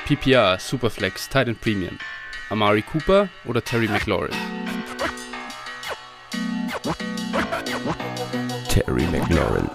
PPR, Superflex, Tight End Premium, Amari Cooper oder Terry McLaurin? Terry McLaurin.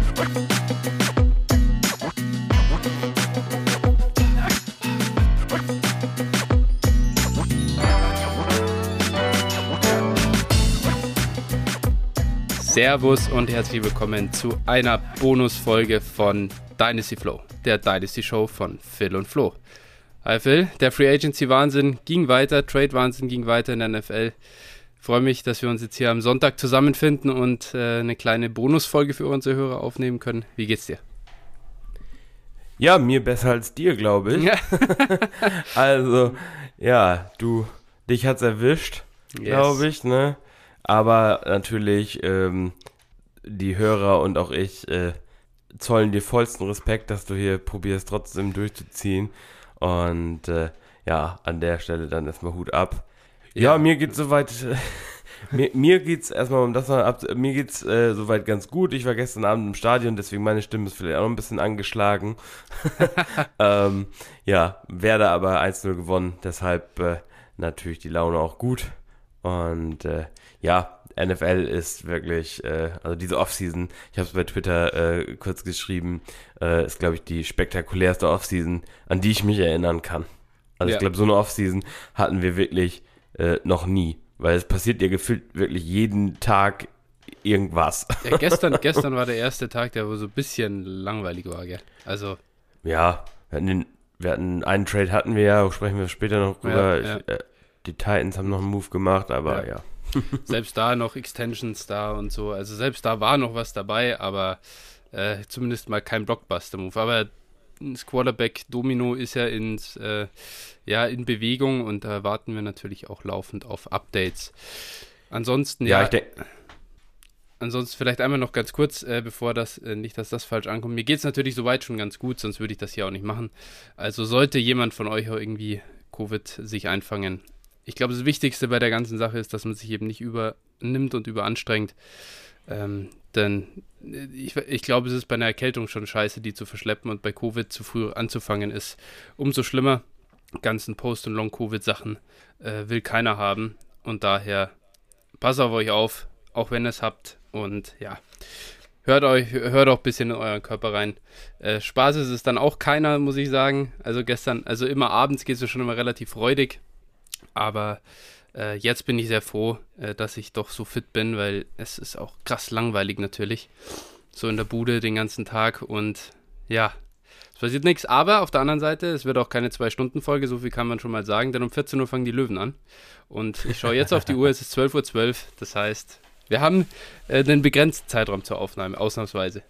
Servus und herzlich willkommen zu einer Bonusfolge von Dynasty Flow, der Dynasty Show von Phil und Flo. Hi Phil, der Free Agency Wahnsinn ging weiter, Trade Wahnsinn ging weiter in der NFL. Ich freue mich, dass wir uns jetzt hier am Sonntag zusammenfinden und eine kleine Bonusfolge für unsere Hörer aufnehmen können. Wie geht's dir? Ja, mir besser als dir, glaube ich. Ja. Also, ja, dich hat's erwischt, glaube ich, ne? Aber natürlich, die Hörer und auch ich zollen dir vollsten Respekt, dass du hier probierst, trotzdem durchzuziehen. Und ja, an der Stelle dann erstmal Hut ab. Ja, mir geht's soweit, mir geht's erstmal um das noch ab, mir geht's soweit ganz gut. Ich war gestern Abend im Stadion, deswegen meine Stimme ist vielleicht auch noch ein bisschen angeschlagen. Ja, werde aber 1-0 gewonnen, deshalb natürlich die Laune auch gut. Und ja, NFL ist wirklich, also diese Offseason, ich habe es bei Twitter kurz geschrieben, ist, glaube ich, die spektakulärste Offseason, an die ich mich erinnern kann. Also ja. Ich glaube, so eine Offseason hatten wir wirklich noch nie, weil es passiert ja gefühlt wirklich jeden Tag irgendwas. Ja, gestern war der erste Tag, der wo so ein bisschen langweilig war, gell? Also ja, wir hatten einen Trade hatten wir ja, sprechen wir später noch drüber. Ja. Die Titans haben noch einen Move gemacht, aber ja. Selbst da noch Extensions da und so. Also selbst da war noch was dabei, aber zumindest mal kein Blockbuster-Move. Aber das Quarterback-Domino ist ja in Bewegung und da warten wir natürlich auch laufend auf Updates. Ansonsten, ansonsten vielleicht einmal noch ganz kurz, bevor nicht, dass das falsch ankommt. Mir geht es natürlich soweit schon ganz gut, sonst würde ich das hier auch nicht machen. Also sollte jemand von euch auch irgendwie Covid sich einfangen. Ich glaube, das Wichtigste bei der ganzen Sache ist, dass man sich eben nicht übernimmt und überanstrengt. Denn ich glaube, es ist bei einer Erkältung schon scheiße, die zu verschleppen, und bei Covid zu früh anzufangen ist umso schlimmer. Ganzen Post- und Long-Covid-Sachen will keiner haben. Und daher passt auf euch auf, auch wenn ihr es habt. Und ja, hört auch ein bisschen in euren Körper rein. Spaß ist es dann auch keiner, muss ich sagen. Also immer abends geht es schon immer relativ freudig. Aber jetzt bin ich sehr froh, dass ich doch so fit bin, weil es ist auch krass langweilig natürlich. So in der Bude den ganzen Tag und ja, es passiert nichts. Aber auf der anderen Seite, es wird auch keine 2-Stunden-Folge, so viel kann man schon mal sagen, denn um 14 Uhr fangen die Löwen an. Und ich schaue jetzt auf die Uhr, es ist 12:12 Uhr, das heißt, wir haben den begrenzten Zeitraum zur Aufnahme, ausnahmsweise.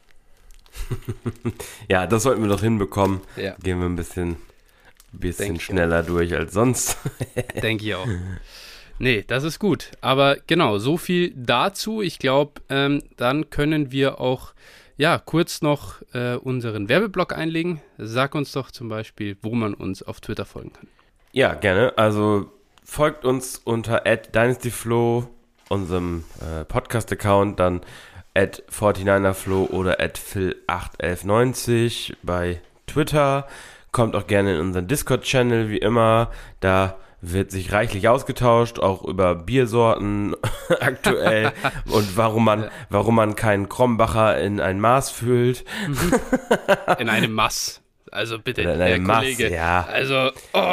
Ja, das sollten wir doch hinbekommen. Ja. Gehen wir ein bisschen schneller durch als sonst. Denke ich auch. Nee, das ist gut. Aber genau, so viel dazu. Ich glaube, dann können wir auch kurz noch unseren Werbeblock einlegen. Sag uns doch zum Beispiel, wo man uns auf Twitter folgen kann. Ja, gerne. Also folgt uns unter @dynastyflow, unserem Podcast-Account, dann @49erflow oder @phil81190 bei Twitter. Kommt auch gerne in unseren Discord-Channel, wie immer. Da wird sich reichlich ausgetauscht, auch über Biersorten aktuell und warum man keinen Krombacher in ein Maß füllt. In einem Maß. Also bitte, in einem Herr Maß, Kollege. Ja. Also,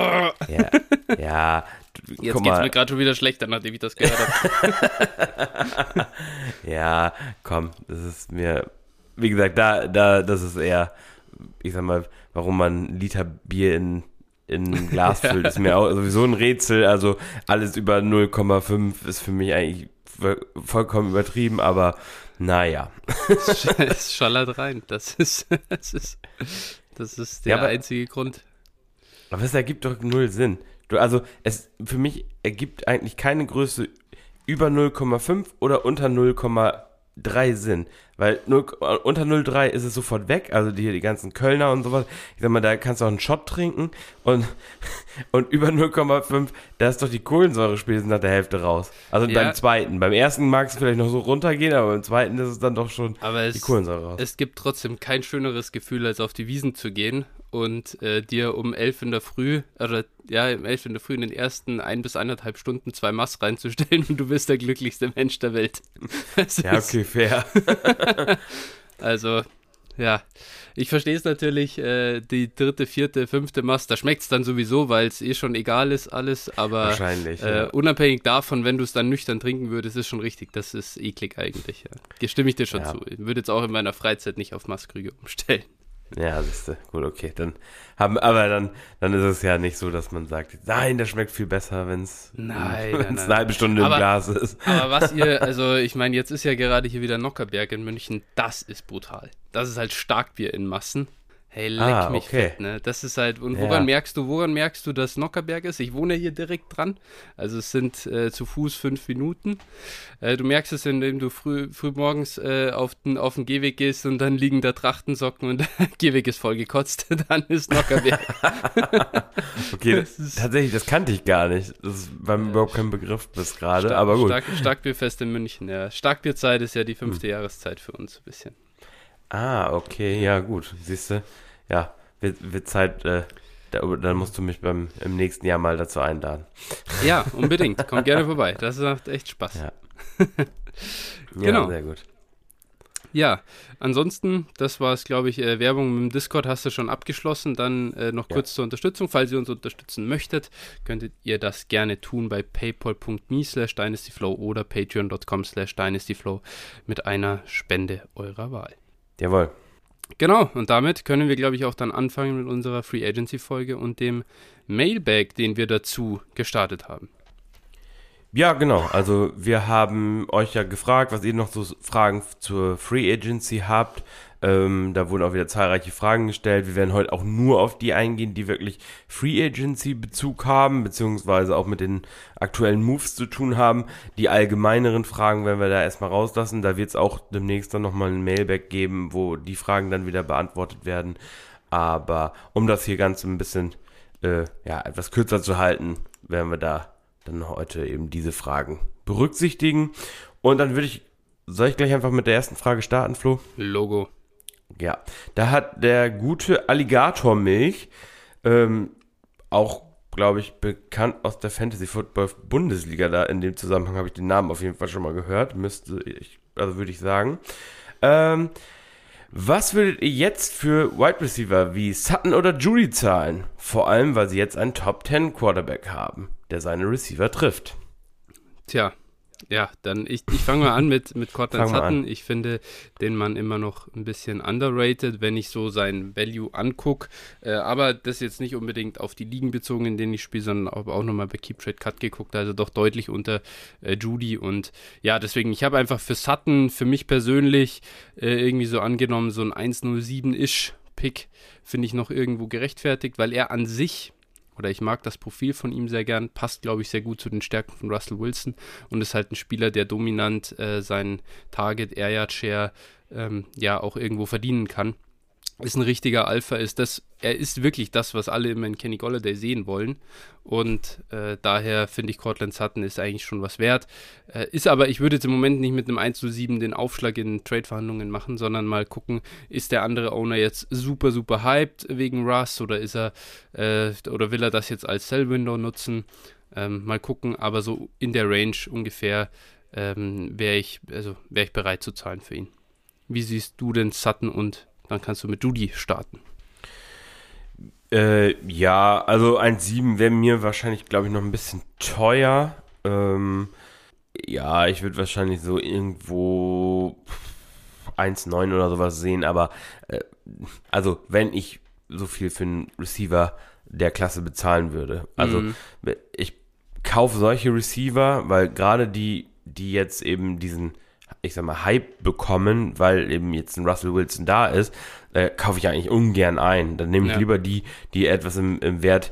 Ja. Jetzt geht's mir gerade schon wieder schlechter, nachdem ich das gehört habe. Ja, komm, das ist mir, wie gesagt, das ist eher, ich sag mal, warum man einen Liter Bier in ein Glas füllt, ist mir auch sowieso ein Rätsel. Also alles über 0,5 ist für mich eigentlich vollkommen übertrieben, aber naja. Es schallert rein. Das ist der einzige Grund. Aber es ergibt doch null Sinn. Für mich ergibt eigentlich keine Größe über 0,5 oder unter 0,3 Sinn. Weil unter 0,3 ist es sofort weg, also die ganzen Kölner und sowas. Ich sag mal, da kannst du auch einen Shot trinken und über 0,5, da ist doch die Kohlensäure spätestens nach der Hälfte raus. Also beim zweiten. Beim ersten mag es vielleicht noch so runtergehen, aber beim zweiten ist es dann doch schon die Kohlensäure raus. Es gibt trotzdem kein schöneres Gefühl, als auf die Wiesn zu gehen und dir um 11 in der Früh, oder ja, um 11 in der Früh in den ersten 1 bis 1,5 Stunden 2 Mass reinzustellen und du bist der glücklichste Mensch der Welt. Ja, okay, fair. Also, ja, ich verstehe es natürlich, die 3., 4., 5. Mast, da schmeckt es dann sowieso, weil es schon egal ist alles, aber wahrscheinlich, ja. Unabhängig davon, wenn du es dann nüchtern trinken würdest, ist schon richtig, das ist eklig eigentlich, ja. Stimme ich dir schon zu. Ich würde jetzt auch in meiner Freizeit nicht auf Masskrüge umstellen. Ja, siehste, gut, okay, dann ist es ja nicht so, dass man sagt, nein, das schmeckt viel besser, wenn es eine halbe Stunde im Glas ist. Aber also ich meine, jetzt ist ja gerade hier wieder Nockerberg in München, das ist brutal. Das ist halt Starkbier in Massen. Hey, leck mich fett, ne? Das ist halt, und woran merkst du, dass Nockerberg ist? Ich wohne hier direkt dran, also es sind zu Fuß 5 Minuten. Du merkst es, indem du früh morgens auf den Gehweg gehst und dann liegen da Trachtensocken und der Gehweg ist voll gekotzt, dann ist Nockerberg. Okay, tatsächlich, das kannte ich gar nicht. Das war mir überhaupt kein Begriff bis gerade, aber gut. Starkbierfest in München, ja. Starkbierzeit ist ja die 5. Jahreszeit für uns ein bisschen. Ah, okay, ja gut, siehst du, ja, wird Zeit, dann musst du mich im nächsten Jahr mal dazu einladen. Ja, unbedingt, komm gerne vorbei, das macht echt Spaß. Ja. Genau. Ja, sehr gut. Ja, ansonsten, das war es, glaube ich, Werbung mit dem Discord hast du schon abgeschlossen, dann noch kurz zur Unterstützung, falls ihr uns unterstützen möchtet, könntet ihr das gerne tun bei paypal.me/dynastyflow oder patreon.com/dynastyflow mit einer Spende eurer Wahl. Jawohl. Genau, und damit können wir, glaube ich, auch dann anfangen mit unserer Free Agency-Folge und dem Mailbag, den wir dazu gestartet haben. Ja, genau. Also wir haben euch ja gefragt, was ihr noch so Fragen zur Free Agency habt. Da wurden auch wieder zahlreiche Fragen gestellt. Wir werden heute auch nur auf die eingehen, die wirklich Free Agency Bezug haben, beziehungsweise auch mit den aktuellen Moves zu tun haben. Die allgemeineren Fragen werden wir da erstmal rauslassen. Da wird es auch demnächst dann nochmal ein Mailback geben, wo die Fragen dann wieder beantwortet werden. Aber um das hier ganz ein bisschen etwas kürzer zu halten, werden wir da dann heute eben diese Fragen berücksichtigen. Und dann soll ich gleich einfach mit der ersten Frage starten, Flo? Logo. Ja, da hat der gute Alligatormilch, auch, glaube ich, bekannt aus der Fantasy-Football-Bundesliga, da in dem Zusammenhang habe ich den Namen auf jeden Fall schon mal gehört, würde ich sagen. Was würdet ihr jetzt für Wide Receiver wie Sutton oder Judy zahlen? Vor allem, weil sie jetzt einen Top-10 Quarterback haben, der seine Receiver trifft. Tja, ja, dann ich fange mal an mit Cortland Sutton. Ich finde den Mann immer noch ein bisschen underrated, wenn ich so sein Value angucke. Aber das jetzt nicht unbedingt auf die Ligen bezogen, in denen ich spiele, sondern auch nochmal bei Keep Trade Cut geguckt. Also doch deutlich unter Judy. Und ja, deswegen, ich habe einfach für Sutton, für mich persönlich, irgendwie so angenommen, so ein 1,07-ish-Pick finde ich noch irgendwo gerechtfertigt, weil er an sich, oder ich mag das Profil von ihm sehr gern, passt, glaube ich, sehr gut zu den Stärken von Russell Wilson und ist halt ein Spieler, der dominant seinen Target, Air Yard Share auch irgendwo verdienen kann. Ist ein richtiger Alpha, er ist wirklich das, was alle immer in Kenny Golladay sehen wollen und daher finde ich, Cortland Sutton ist eigentlich schon was wert, ist aber, ich würde jetzt im Moment nicht mit einem 1:7 den Aufschlag in Trade-Verhandlungen machen, sondern mal gucken, ist der andere Owner jetzt super, super hyped wegen Russ oder ist er, oder will er das jetzt als Sell-Window nutzen, mal gucken, aber so in der Range ungefähr wäre ich bereit zu zahlen für ihn. Wie siehst du denn Sutton und dann kannst du mit Judy starten. Ja, also 1,7 wäre mir wahrscheinlich, glaube ich, noch ein bisschen teuer. Ja, ich würde wahrscheinlich so irgendwo 1,9 oder sowas sehen, aber also wenn ich so viel für einen Receiver der Klasse bezahlen würde. Also ich kaufe solche Receiver, weil gerade die jetzt eben diesen, ich sag mal, Hype bekommen, weil eben jetzt ein Russell Wilson da ist, kaufe ich eigentlich ungern ein. Dann nehme ich lieber die etwas im Wert,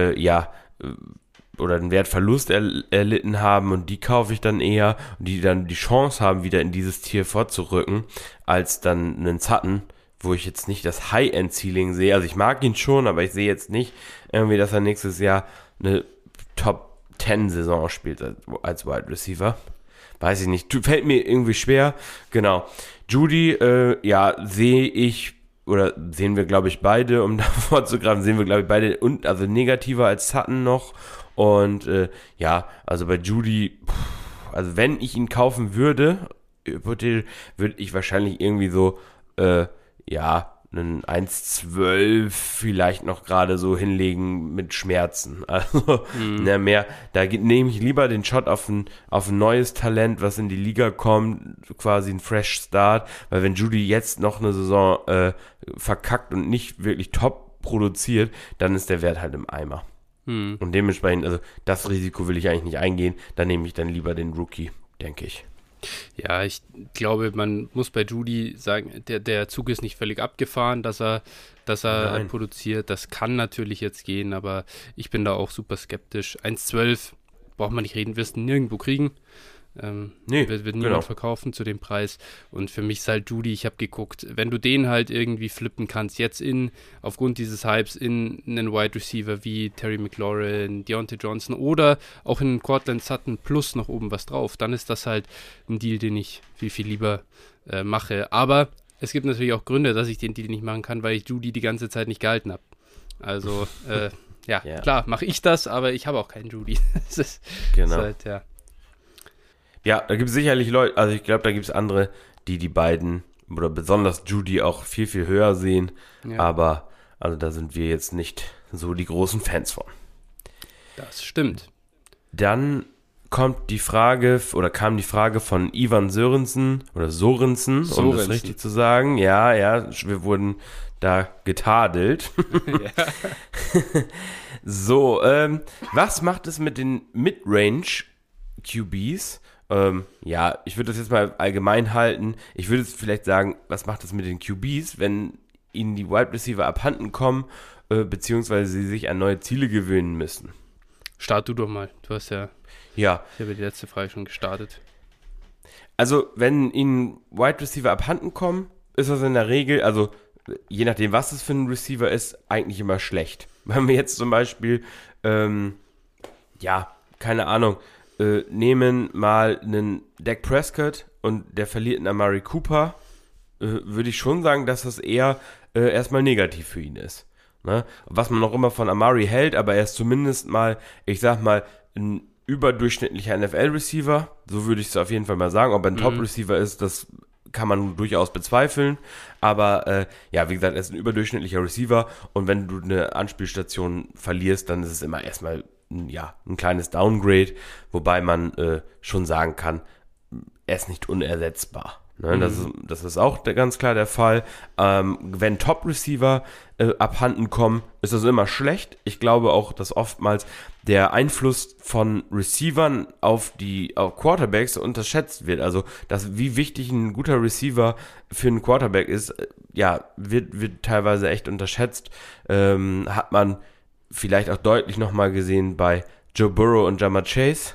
oder einen Wertverlust erlitten haben und die kaufe ich dann eher und die dann die Chance haben, wieder in dieses Tier vorzurücken, als dann einen Sutton, wo ich jetzt nicht das High-End-Ceiling sehe. Also ich mag ihn schon, aber ich sehe jetzt nicht irgendwie, dass er nächstes Jahr eine Top-10-Saison spielt als Wide Receiver. Weiß ich nicht, fällt mir irgendwie schwer. Genau. Judy, sehe ich oder sehen wir, glaube ich, beide, um da vorzugreifen, sehen wir, glaube ich, beide also negativer als Sutton noch. Und also bei Jeudy, also wenn ich ihn kaufen würde, würde ich wahrscheinlich irgendwie so, einen 1,12 vielleicht noch gerade so hinlegen mit Schmerzen. Also, mehr, da nehme ich lieber den Shot auf ein neues Talent, was in die Liga kommt, quasi ein Fresh Start, weil wenn Jeudy jetzt noch eine Saison verkackt und nicht wirklich top produziert, dann ist der Wert halt im Eimer. Und dementsprechend, also das Risiko will ich eigentlich nicht eingehen, da nehme ich dann lieber den Rookie, denke ich. Ja, ich glaube, man muss bei Jeudy sagen, der Zug ist nicht völlig abgefahren, dass er produziert. Das kann natürlich jetzt gehen, aber ich bin da auch super skeptisch. 1,12 braucht man nicht reden, wirst du nirgendwo kriegen. Wird niemand verkaufen zu dem Preis. Und für mich ist halt Jeudy, ich habe geguckt, wenn du den halt irgendwie flippen kannst, jetzt aufgrund dieses Hypes in einen Wide Receiver wie Terry McLaurin, Deontay Johnson oder auch in Courtland Sutton plus noch oben was drauf, dann ist das halt ein Deal, den ich viel, viel lieber mache. Aber es gibt natürlich auch Gründe, dass ich den Deal nicht machen kann, weil ich Jeudy die ganze Zeit nicht gehalten habe. Also, klar, mache ich das, aber ich habe auch keinen Jeudy. Das ist halt, ja. Ja, da gibt es sicherlich Leute, also ich glaube, da gibt es andere, die beiden oder besonders Jeudy auch viel, viel höher sehen. Ja. Aber also da sind wir jetzt nicht so die großen Fans von. Das stimmt. Dann kam die Frage von Ivan Sorensen, um das richtig zu sagen. Ja, wir wurden da getadelt. Ja. So, was macht es mit den Midrange QBs? Ich würde das jetzt mal allgemein halten. Ich würde jetzt vielleicht sagen, was macht das mit den QBs, wenn ihnen die Wide Receiver abhanden kommen, beziehungsweise sie sich an neue Ziele gewöhnen müssen? Start du doch mal. Du hast ja. Ich habe die letzte Frage schon gestartet. Also, wenn ihnen Wide Receiver abhanden kommen, ist das in der Regel, also je nachdem, was es für ein Receiver ist, eigentlich immer schlecht. Wenn wir jetzt zum Beispiel, keine Ahnung, nehmen mal einen Dak Prescott und der verliert einen Amari Cooper, würde ich schon sagen, dass das eher erstmal negativ für ihn ist. Ne? Was man noch immer von Amari hält, aber er ist zumindest mal, ich sag mal, ein überdurchschnittlicher NFL-Receiver, so würde ich es auf jeden Fall mal sagen. Ob er ein Top-Receiver ist, das kann man durchaus bezweifeln, aber wie gesagt, er ist ein überdurchschnittlicher Receiver und wenn du eine Anspielstation verlierst, dann ist es immer erstmal ein kleines Downgrade, wobei man schon sagen kann, er ist nicht unersetzbar. Ne? Das ist auch ganz klar der Fall. Wenn Top-Receiver abhanden kommen, ist das immer schlecht. Ich glaube auch, dass oftmals der Einfluss von Receivern auf Quarterbacks unterschätzt wird. Also, wie wichtig ein guter Receiver für einen Quarterback ist, wird teilweise echt unterschätzt. Hat man vielleicht auch deutlich nochmal gesehen bei Joe Burrow und Ja'Marr Chase.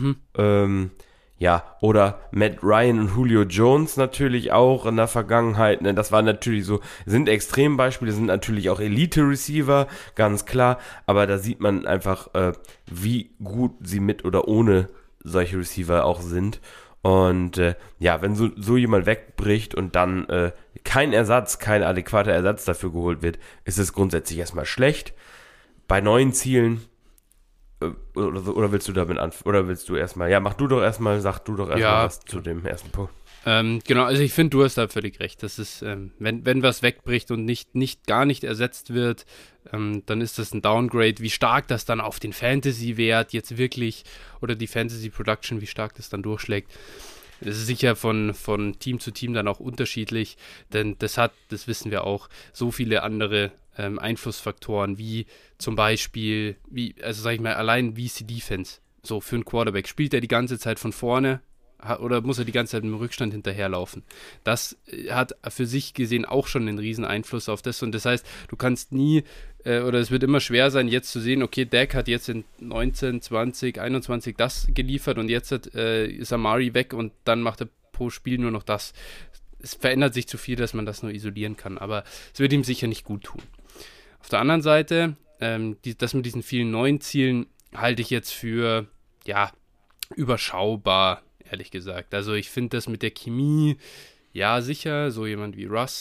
Oder Matt Ryan und Julio Jones natürlich auch in der Vergangenheit. Ne? Das waren natürlich sind Extrembeispiele, sind natürlich auch Elite-Receiver, ganz klar. Aber da sieht man einfach, wie gut sie mit oder ohne solche Receiver auch sind. Und wenn so jemand wegbricht und dann kein adäquater Ersatz dafür geholt wird, ist es grundsätzlich erstmal schlecht. Bei neuen Zielen, oder willst du damit anfangen? Oder willst du erstmal? Ja, sag du doch erstmal was zu dem ersten Punkt. Genau, also ich finde, du hast da völlig recht. Das ist, wenn was wegbricht und gar nicht ersetzt wird, dann ist das ein Downgrade. Wie stark das dann auf den Fantasy-Wert jetzt wirklich oder die Fantasy-Production, wie stark das dann durchschlägt. Das ist sicher von Team zu Team dann auch unterschiedlich, denn das wissen wir auch, so viele andere Einflussfaktoren, wie zum Beispiel, allein wie ist die Defense? So, für einen Quarterback, spielt er die ganze Zeit von vorne oder muss er die ganze Zeit im Rückstand hinterherlaufen? Das hat für sich gesehen auch schon einen riesen Einfluss auf das und das heißt, du kannst nie oder es wird immer schwer sein, jetzt zu sehen, okay, Dak hat jetzt in 19, 20, 21 das geliefert und jetzt ist Amari weg und dann macht er pro Spiel nur noch das. Es verändert sich zu viel, dass man das nur isolieren kann, aber es wird ihm sicher nicht gut tun. Auf der anderen Seite, das mit diesen vielen neuen Zielen halte ich jetzt für, überschaubar, ehrlich gesagt. Also ich finde das mit der Chemie, ja sicher, so jemand wie Russ,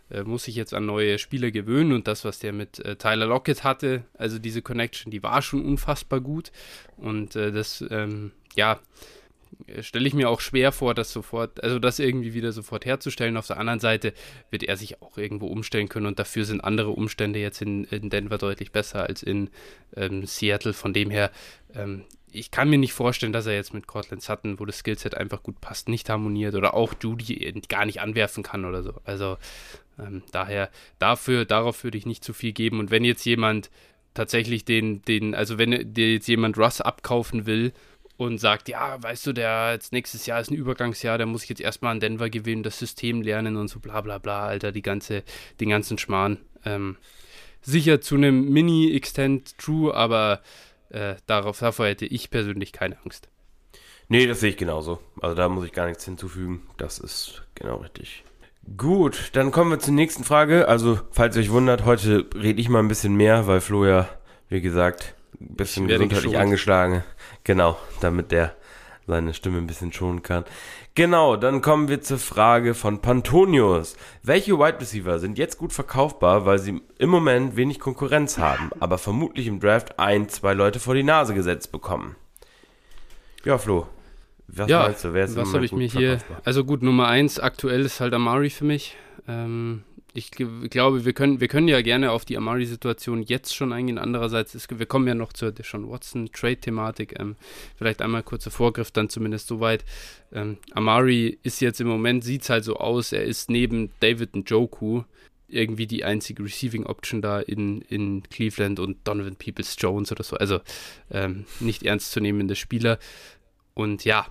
muss sich jetzt an neue Spieler gewöhnen und das, was der mit Tyler Lockett hatte, also diese Connection, die war schon unfassbar gut und das stelle ich mir auch schwer vor, das irgendwie wieder sofort herzustellen. Auf der anderen Seite wird er sich auch irgendwo umstellen können und dafür sind andere Umstände jetzt in Denver deutlich besser als in Seattle. Von dem her, ich kann mir nicht vorstellen, dass er jetzt mit Cortland Sutton, wo das Skillset einfach gut passt, nicht harmoniert oder auch Judy gar nicht anwerfen kann oder so. Also darauf würde ich nicht zu viel geben. Und wenn jetzt jemand tatsächlich wenn dir jetzt jemand Russ abkaufen will und sagt, ja, weißt du, jetzt nächstes Jahr ist ein Übergangsjahr, da muss ich jetzt erstmal an Denver gewinnen, das System lernen und so bla bla bla, Alter, den ganzen Schmarrn. Sicher zu einem Mini-Extend true, aber davor hätte ich persönlich keine Angst. Nee, das sehe ich genauso. Also da muss ich gar nichts hinzufügen. Das ist genau richtig. Gut, dann kommen wir zur nächsten Frage. Also, falls ihr euch wundert, heute rede ich mal ein bisschen mehr, weil Flo ja, wie gesagt, ein bisschen gesundheitlich angeschlagen. Genau, damit der seine Stimme ein bisschen schonen kann. Genau, dann kommen wir zur Frage von Pantonius. Welche Wide Receiver sind jetzt gut verkaufbar, weil sie im Moment wenig Konkurrenz haben, aber vermutlich im Draft 2 Leute vor die Nase gesetzt bekommen? Ja, Flo, was meinst du? Wer ist was habe ich mir hier... Also gut, Nummer 1 aktuell ist halt Amari für mich. Ich glaube, wir können ja gerne auf die Amari-Situation jetzt schon eingehen. Andererseits, wir kommen ja noch zur Deshaun Watson-Trade-Thematik. Vielleicht einmal kurzer Vorgriff, dann zumindest soweit. Amari ist jetzt im Moment, sieht es halt so aus, er ist neben David Njoku irgendwie die einzige Receiving-Option da in Cleveland und Donovan Peoples-Jones oder so. Also nicht ernstzunehmende Spieler. Und ja,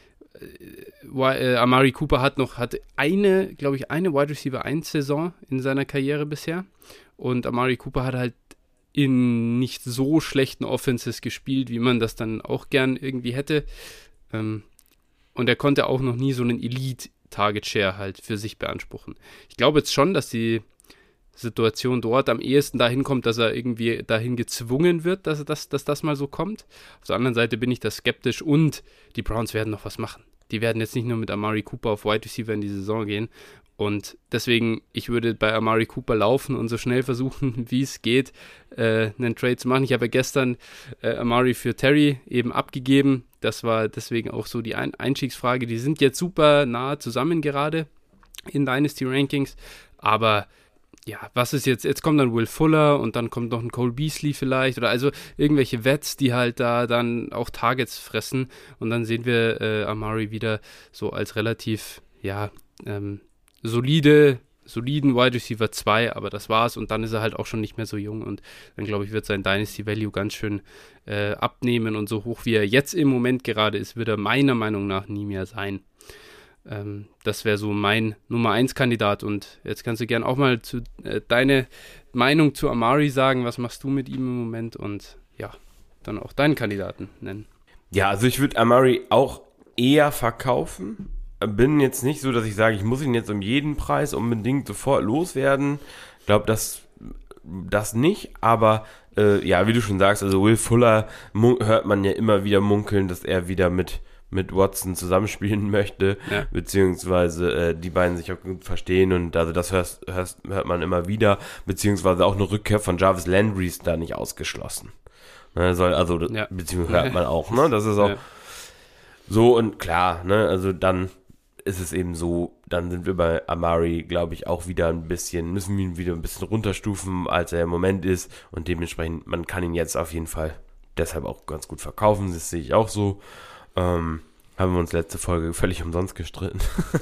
Amari Cooper hat eine Wide Receiver 1 Saison in seiner Karriere bisher und Amari Cooper hat halt in nicht so schlechten Offenses gespielt, wie man das dann auch gern irgendwie hätte, und er konnte auch noch nie so einen Elite-Target-Share halt für sich beanspruchen. Ich glaube jetzt schon, dass die Situation dort am ehesten dahin kommt, dass er irgendwie dahin gezwungen wird, dass das mal so kommt. Auf der anderen Seite bin ich da skeptisch und die Browns werden noch was machen. Die werden jetzt nicht nur mit Amari Cooper auf Wide Receiver in die Saison gehen und deswegen, ich würde bei Amari Cooper laufen und so schnell versuchen, wie es geht, einen Trade zu machen. Ich habe ja gestern Amari für Terry eben abgegeben. Das war deswegen auch so die Einstiegsfrage. Die sind jetzt super nah zusammen gerade in Dynasty Rankings, aber ja, was ist jetzt? Jetzt kommt dann Will Fuller und dann kommt noch ein Cole Beasley vielleicht oder also irgendwelche Vets, die halt da dann auch Targets fressen und dann sehen wir Amari wieder so als relativ, soliden Wide Receiver 2, aber das war's und dann ist er halt auch schon nicht mehr so jung und dann glaube ich, wird sein Dynasty Value ganz schön abnehmen und so hoch wie er jetzt im Moment gerade ist, wird er meiner Meinung nach nie mehr sein. Das wäre so mein Nummer 1 Kandidat und jetzt kannst du gern auch mal deine Meinung zu Amari sagen, was machst du mit ihm im Moment und ja, dann auch deinen Kandidaten nennen. Ja, also ich würde Amari auch eher verkaufen, bin jetzt nicht so, dass ich sage, ich muss ihn jetzt um jeden Preis unbedingt sofort loswerden, ich glaube, das nicht, aber wie du schon sagst, also Will Fuller hört man ja immer wieder munkeln, dass er wieder mit Watson zusammenspielen möchte, beziehungsweise die beiden sich auch gut verstehen und also das hört man immer wieder, beziehungsweise auch eine Rückkehr von Jarvis Landry ist da nicht ausgeschlossen. Beziehungsweise hört man auch, ne? Das ist auch so und klar, ne? Also dann ist es eben so, dann sind wir bei Amari, glaube ich, auch wieder müssen wir ihn wieder ein bisschen runterstufen, als er im Moment ist und dementsprechend, man kann ihn jetzt auf jeden Fall deshalb auch ganz gut verkaufen, das sehe ich auch so. Haben wir uns letzte Folge völlig umsonst gestritten.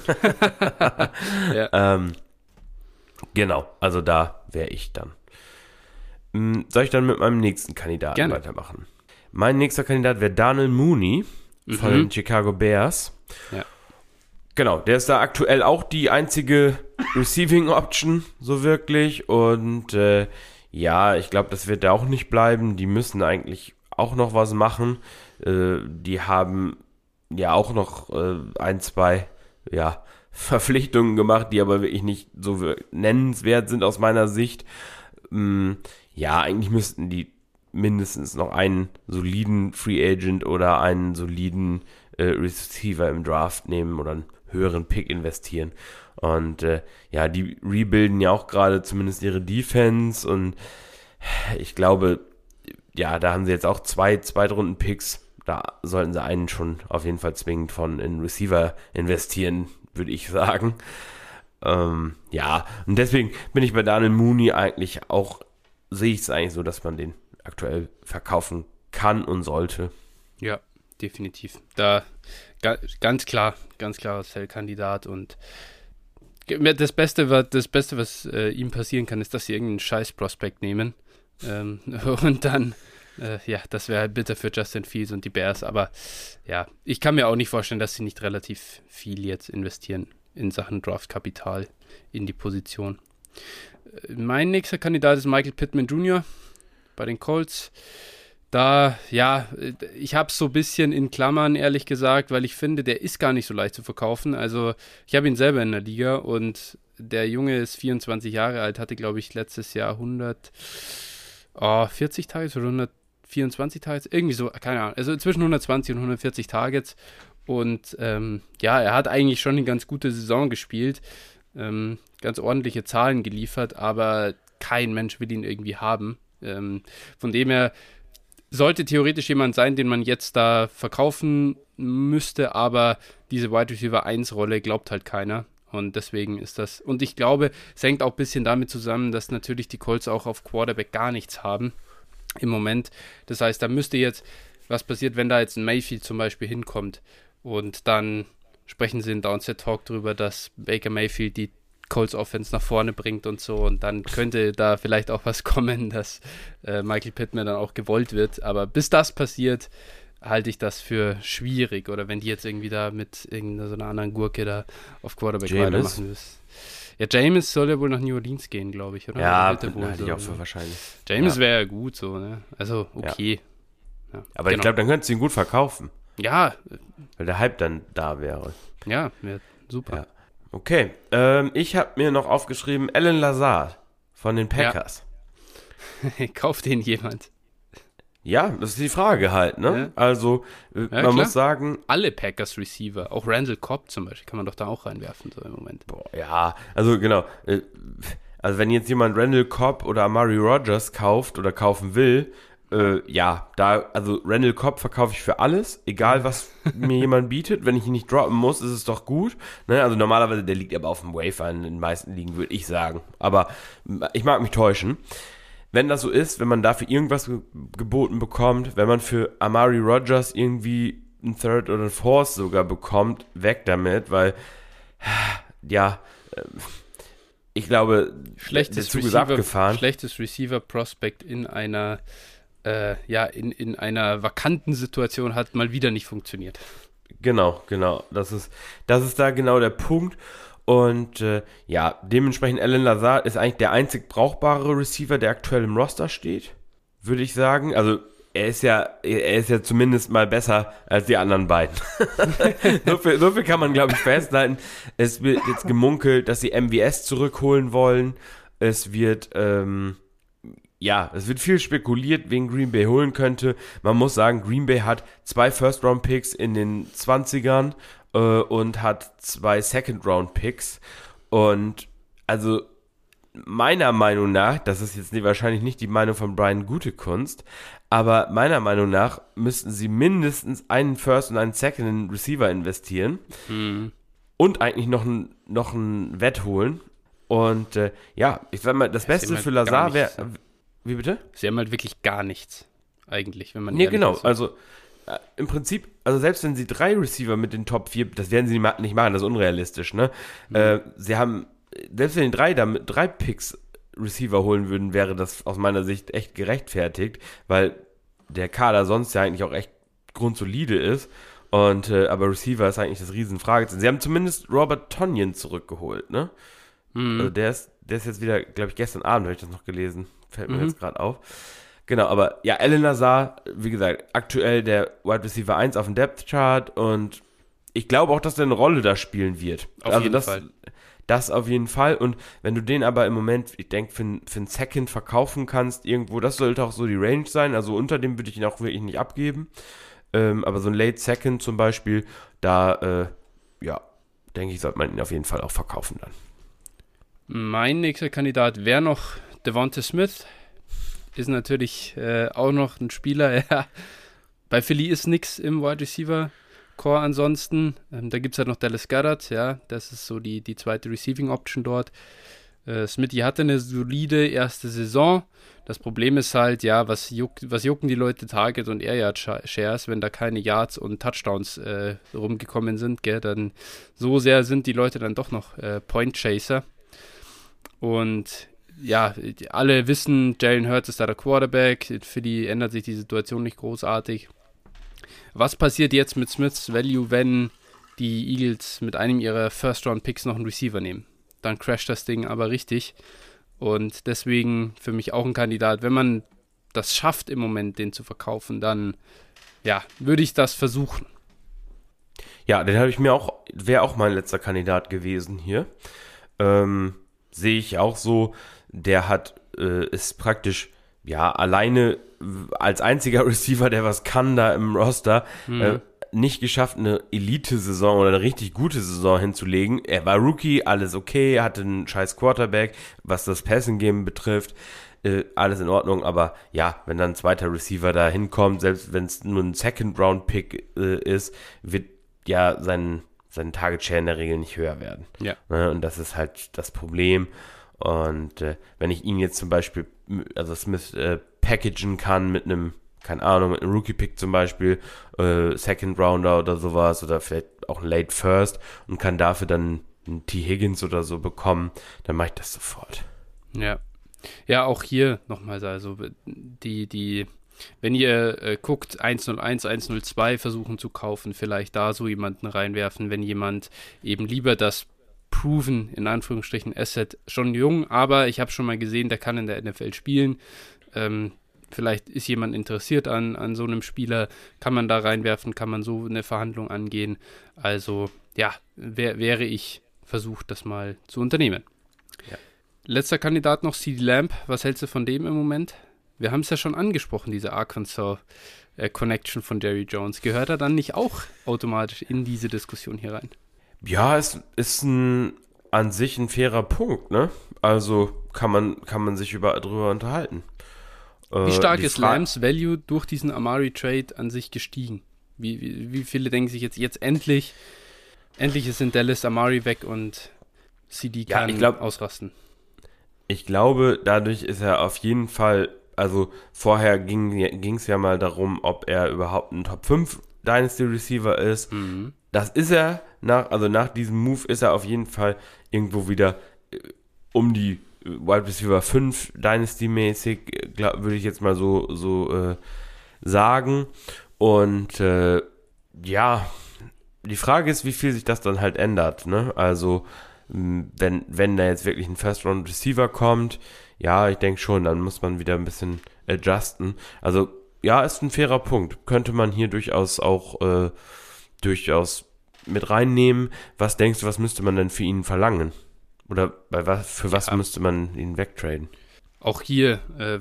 Genau, also da wäre ich dann. Soll ich dann mit meinem nächsten Kandidaten weitermachen? Mein nächster Kandidat wäre Darnell Mooney von den Chicago Bears. Ja. Genau, der ist da aktuell auch die einzige Receiving Option, so wirklich. Und ich glaube, das wird da auch nicht bleiben. Die müssen eigentlich auch noch was machen. Die haben ja auch noch 2 Verpflichtungen gemacht, die aber wirklich nicht so nennenswert sind aus meiner Sicht. Eigentlich müssten die mindestens noch einen soliden Free Agent oder einen soliden Receiver im Draft nehmen oder einen höheren Pick investieren. Und die rebuilden ja auch gerade zumindest ihre Defense und ich glaube, ja, da haben sie jetzt auch zwei Zweitrunden-Picks. Da sollten sie einen schon auf jeden Fall zwingend von in Receiver investieren, würde ich sagen. Und deswegen bin ich bei Darnell Mooney eigentlich auch, sehe ich es eigentlich so, dass man den aktuell verkaufen kann und sollte. Ja, definitiv. Da ganz klarer Sell-Kandidat und das Beste, was ihm passieren kann, ist, dass sie irgendeinen Scheiß-Prospekt nehmen und dann das wäre halt bitter für Justin Fields und die Bears, aber ja, ich kann mir auch nicht vorstellen, dass sie nicht relativ viel jetzt investieren in Sachen Draftkapital in die Position. Mein nächster Kandidat ist Michael Pittman Jr. bei den Colts. Da, ich habe es so ein bisschen in Klammern, ehrlich gesagt, weil ich finde, der ist gar nicht so leicht zu verkaufen. Also, ich habe ihn selber in der Liga und der Junge ist 24 Jahre alt, hatte, glaube ich, letztes Jahr 140 Targets oder 124 Targets, irgendwie so, keine Ahnung, also zwischen 120 und 140 Targets und er hat eigentlich schon eine ganz gute Saison gespielt, ganz ordentliche Zahlen geliefert, aber kein Mensch will ihn irgendwie haben. Von dem her sollte theoretisch jemand sein, den man jetzt da verkaufen müsste, aber diese Wide Receiver 1 Rolle glaubt halt keiner. Und deswegen ist das, und ich glaube, es hängt auch ein bisschen damit zusammen, dass natürlich die Colts auch auf Quarterback gar nichts haben im Moment. Das heißt, da müsste jetzt, was passiert, wenn da jetzt ein Mayfield zum Beispiel hinkommt und dann sprechen sie in Downset Talk drüber, dass Baker Mayfield die Colts Offense nach vorne bringt und so und dann könnte da vielleicht auch was kommen, dass Michael Pittman dann auch gewollt wird. Aber bis das passiert, halte ich das für schwierig. Oder wenn die jetzt irgendwie da mit irgendeiner so einer anderen Gurke da auf Quarterback weitermachen müssen. Ja, Jameis soll ja wohl nach New Orleans gehen, glaube ich, oder? Ja, halte ich auch für wahrscheinlich. Jameis wäre ja gut so, ne? Also, okay. Ja. Aber ich glaube, dann könntest du ihn gut verkaufen. Ja. Weil der Hype dann da wäre. Ja, wäre super. Ja. Okay, ich habe mir noch aufgeschrieben, Allen Lazard von den Packers. Ja. Kauft den jemand? Ja, das ist die Frage halt, ne? Ja. Also, man muss sagen... Alle Packers-Receiver, auch Randall Cobb zum Beispiel, kann man doch da auch reinwerfen, so im Moment. Ja, also genau. Also wenn jetzt jemand Randall Cobb oder Amari Rodgers kauft oder kaufen will, also Randall Cobb verkaufe ich für alles, egal was mir jemand bietet. Wenn ich ihn nicht droppen muss, ist es doch gut. Ne? Also normalerweise, der liegt aber auf dem Wafer in den meisten Ligen, würde ich sagen. Aber ich mag mich täuschen. Wenn das so ist, wenn man dafür irgendwas geboten bekommt, wenn man für Amari Rodgers irgendwie einen Third oder einen Fourth sogar bekommt, weg damit, weil, ich glaube, schlechtes Receiver-Prospect in einer in einer vakanten Situation hat mal wieder nicht funktioniert. Genau. Das ist da genau der Punkt. Und dementsprechend Allen Lazard ist eigentlich der einzig brauchbare Receiver, der aktuell im Roster steht, würde ich sagen. Also er ist ja zumindest mal besser als die anderen beiden. so viel kann man, glaube ich, festhalten. Es wird jetzt gemunkelt, dass sie MVS zurückholen wollen. Es wird viel spekuliert, wen Green Bay holen könnte. Man muss sagen, Green Bay hat 2 First-Round-Picks in den 20ern und hat 2 Second-Round-Picks. Und also meiner Meinung nach, das ist jetzt wahrscheinlich nicht die Meinung von Brian Gutekunst, aber meiner Meinung nach müssten sie mindestens einen First und einen Second Receiver investieren und eigentlich noch einen Wett holen. Und ich sag mal, das Beste für Lazard wäre... Wie bitte? Sie haben halt wirklich gar nichts, eigentlich, wenn man ehrlich ist. Also im Prinzip, also selbst wenn sie 3 Receiver mit den Top 4, das werden sie nicht machen, das ist unrealistisch, ne? Sie haben, selbst wenn die 3 Picks Receiver holen würden, wäre das aus meiner Sicht echt gerechtfertigt, weil der Kader sonst ja eigentlich auch echt grundsolide ist. Und aber Receiver ist eigentlich das Riesenfragezeichen. Sie haben zumindest Robert Tonyan zurückgeholt, ne? Also der ist jetzt wieder, glaube ich, gestern Abend habe ich das noch gelesen. Fällt mir jetzt gerade auf. Genau, aber ja, Allen Lazard, wie gesagt, aktuell der Wide Receiver 1 auf dem Depth Chart und ich glaube auch, dass der eine Rolle da spielen wird. Auf jeden Fall. das auf jeden Fall. Und wenn du den aber im Moment, ich denke, für einen Second verkaufen kannst, irgendwo, das sollte auch so die Range sein. Also unter dem würde ich ihn auch wirklich nicht abgeben. Aber so ein Late Second zum Beispiel, da, denke ich, sollte man ihn auf jeden Fall auch verkaufen dann. Mein nächster Kandidat wäre noch Devonta Smith. Ist natürlich auch noch ein Spieler. Ja. Bei Philly ist nichts im Wide Receiver Core ansonsten. Da gibt es halt noch Dallas Goedert, ja. Das ist so die zweite Receiving Option dort. Smithy hatte eine solide erste Saison. Das Problem ist halt, ja, was jucken die Leute Target und Air Yard Shares, wenn da keine Yards und Touchdowns rumgekommen sind, gell? Dann so sehr sind die Leute dann doch noch Point Chaser. Und ja, alle wissen, Jalen Hurts ist da der Quarterback. Für die ändert sich die Situation nicht großartig. Was passiert jetzt mit Smiths Value, wenn die Eagles mit einem ihrer First-Round-Picks noch einen Receiver nehmen? Dann crasht das Ding aber richtig. Und deswegen für mich auch ein Kandidat. Wenn man das schafft im Moment, den zu verkaufen, dann ja, würde ich das versuchen. Ja, den habe ich mir auch, wäre auch mein letzter Kandidat gewesen hier. Sehe ich auch so, der ist praktisch, ja, alleine als einziger Receiver, der was kann da im Roster, nicht geschafft, eine Elite-Saison oder eine richtig gute Saison hinzulegen. Er war Rookie, alles okay, hatte einen scheiß Quarterback, was das Passing-Game betrifft, alles in Ordnung, aber ja, wenn dann ein zweiter Receiver da hinkommt, selbst wenn es nur ein Second-Round-Pick ist, wird ja sein Target-Share in der Regel nicht höher werden. Ja. Und das ist halt das Problem. Und wenn ich ihn jetzt zum Beispiel, also Smith, packagen kann mit einem, keine Ahnung, mit einem Rookie-Pick zum Beispiel, Second Rounder oder sowas oder vielleicht auch ein Late First und kann dafür dann einen T. Higgins oder so bekommen, dann mache ich das sofort. Ja. Ja, auch hier nochmal, also wenn ihr guckt, 101, 102 versuchen zu kaufen, vielleicht da so jemanden reinwerfen, wenn jemand eben lieber das proven, in Anführungsstrichen, Asset, schon jung, aber ich habe schon mal gesehen, der kann in der NFL spielen. Vielleicht ist jemand interessiert an so einem Spieler, kann man da reinwerfen, kann man so eine Verhandlung angehen. Also ja, wäre ich versucht, das mal zu unternehmen. Ja. Letzter Kandidat noch, CeeDee Lamb. Was hältst du von dem im Moment? Wir haben es ja schon angesprochen, diese Arkansas-Connection von Jerry Jones. Gehört er dann nicht auch automatisch in diese Diskussion hier rein? Ja, es ist an sich ein fairer Punkt, ne? Also kann man sich drüber unterhalten. Wie stark ist Lambs Value durch diesen Amari-Trade an sich gestiegen? Wie viele denken sich jetzt endlich ist in Dallas Amari weg und CD kann ausrasten? Ich glaube, dadurch ist er auf jeden Fall, also vorher ging es ja mal darum, ob er überhaupt ein Top 5 Dynasty Receiver ist. Mhm. Das ist er, nach diesem Move ist er auf jeden Fall irgendwo wieder um die Wide Receiver 5 Dynasty-mäßig, würde ich jetzt mal so sagen. Und ja, die Frage ist, wie viel sich das dann halt ändert, ne? Also wenn da jetzt wirklich ein First-Round-Receiver kommt, ja, ich denke schon, dann muss man wieder ein bisschen adjusten. Also ja, ist ein fairer Punkt. Könnte man hier durchaus auch durchaus mit reinnehmen. Was denkst du, was müsste man denn für ihn verlangen? Oder für was müsste man ihn wegtraden? Auch hier,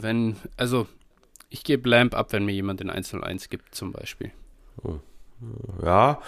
ich gebe Lamb ab, wenn mir jemand den 101 gibt, zum Beispiel. Oh. Ja.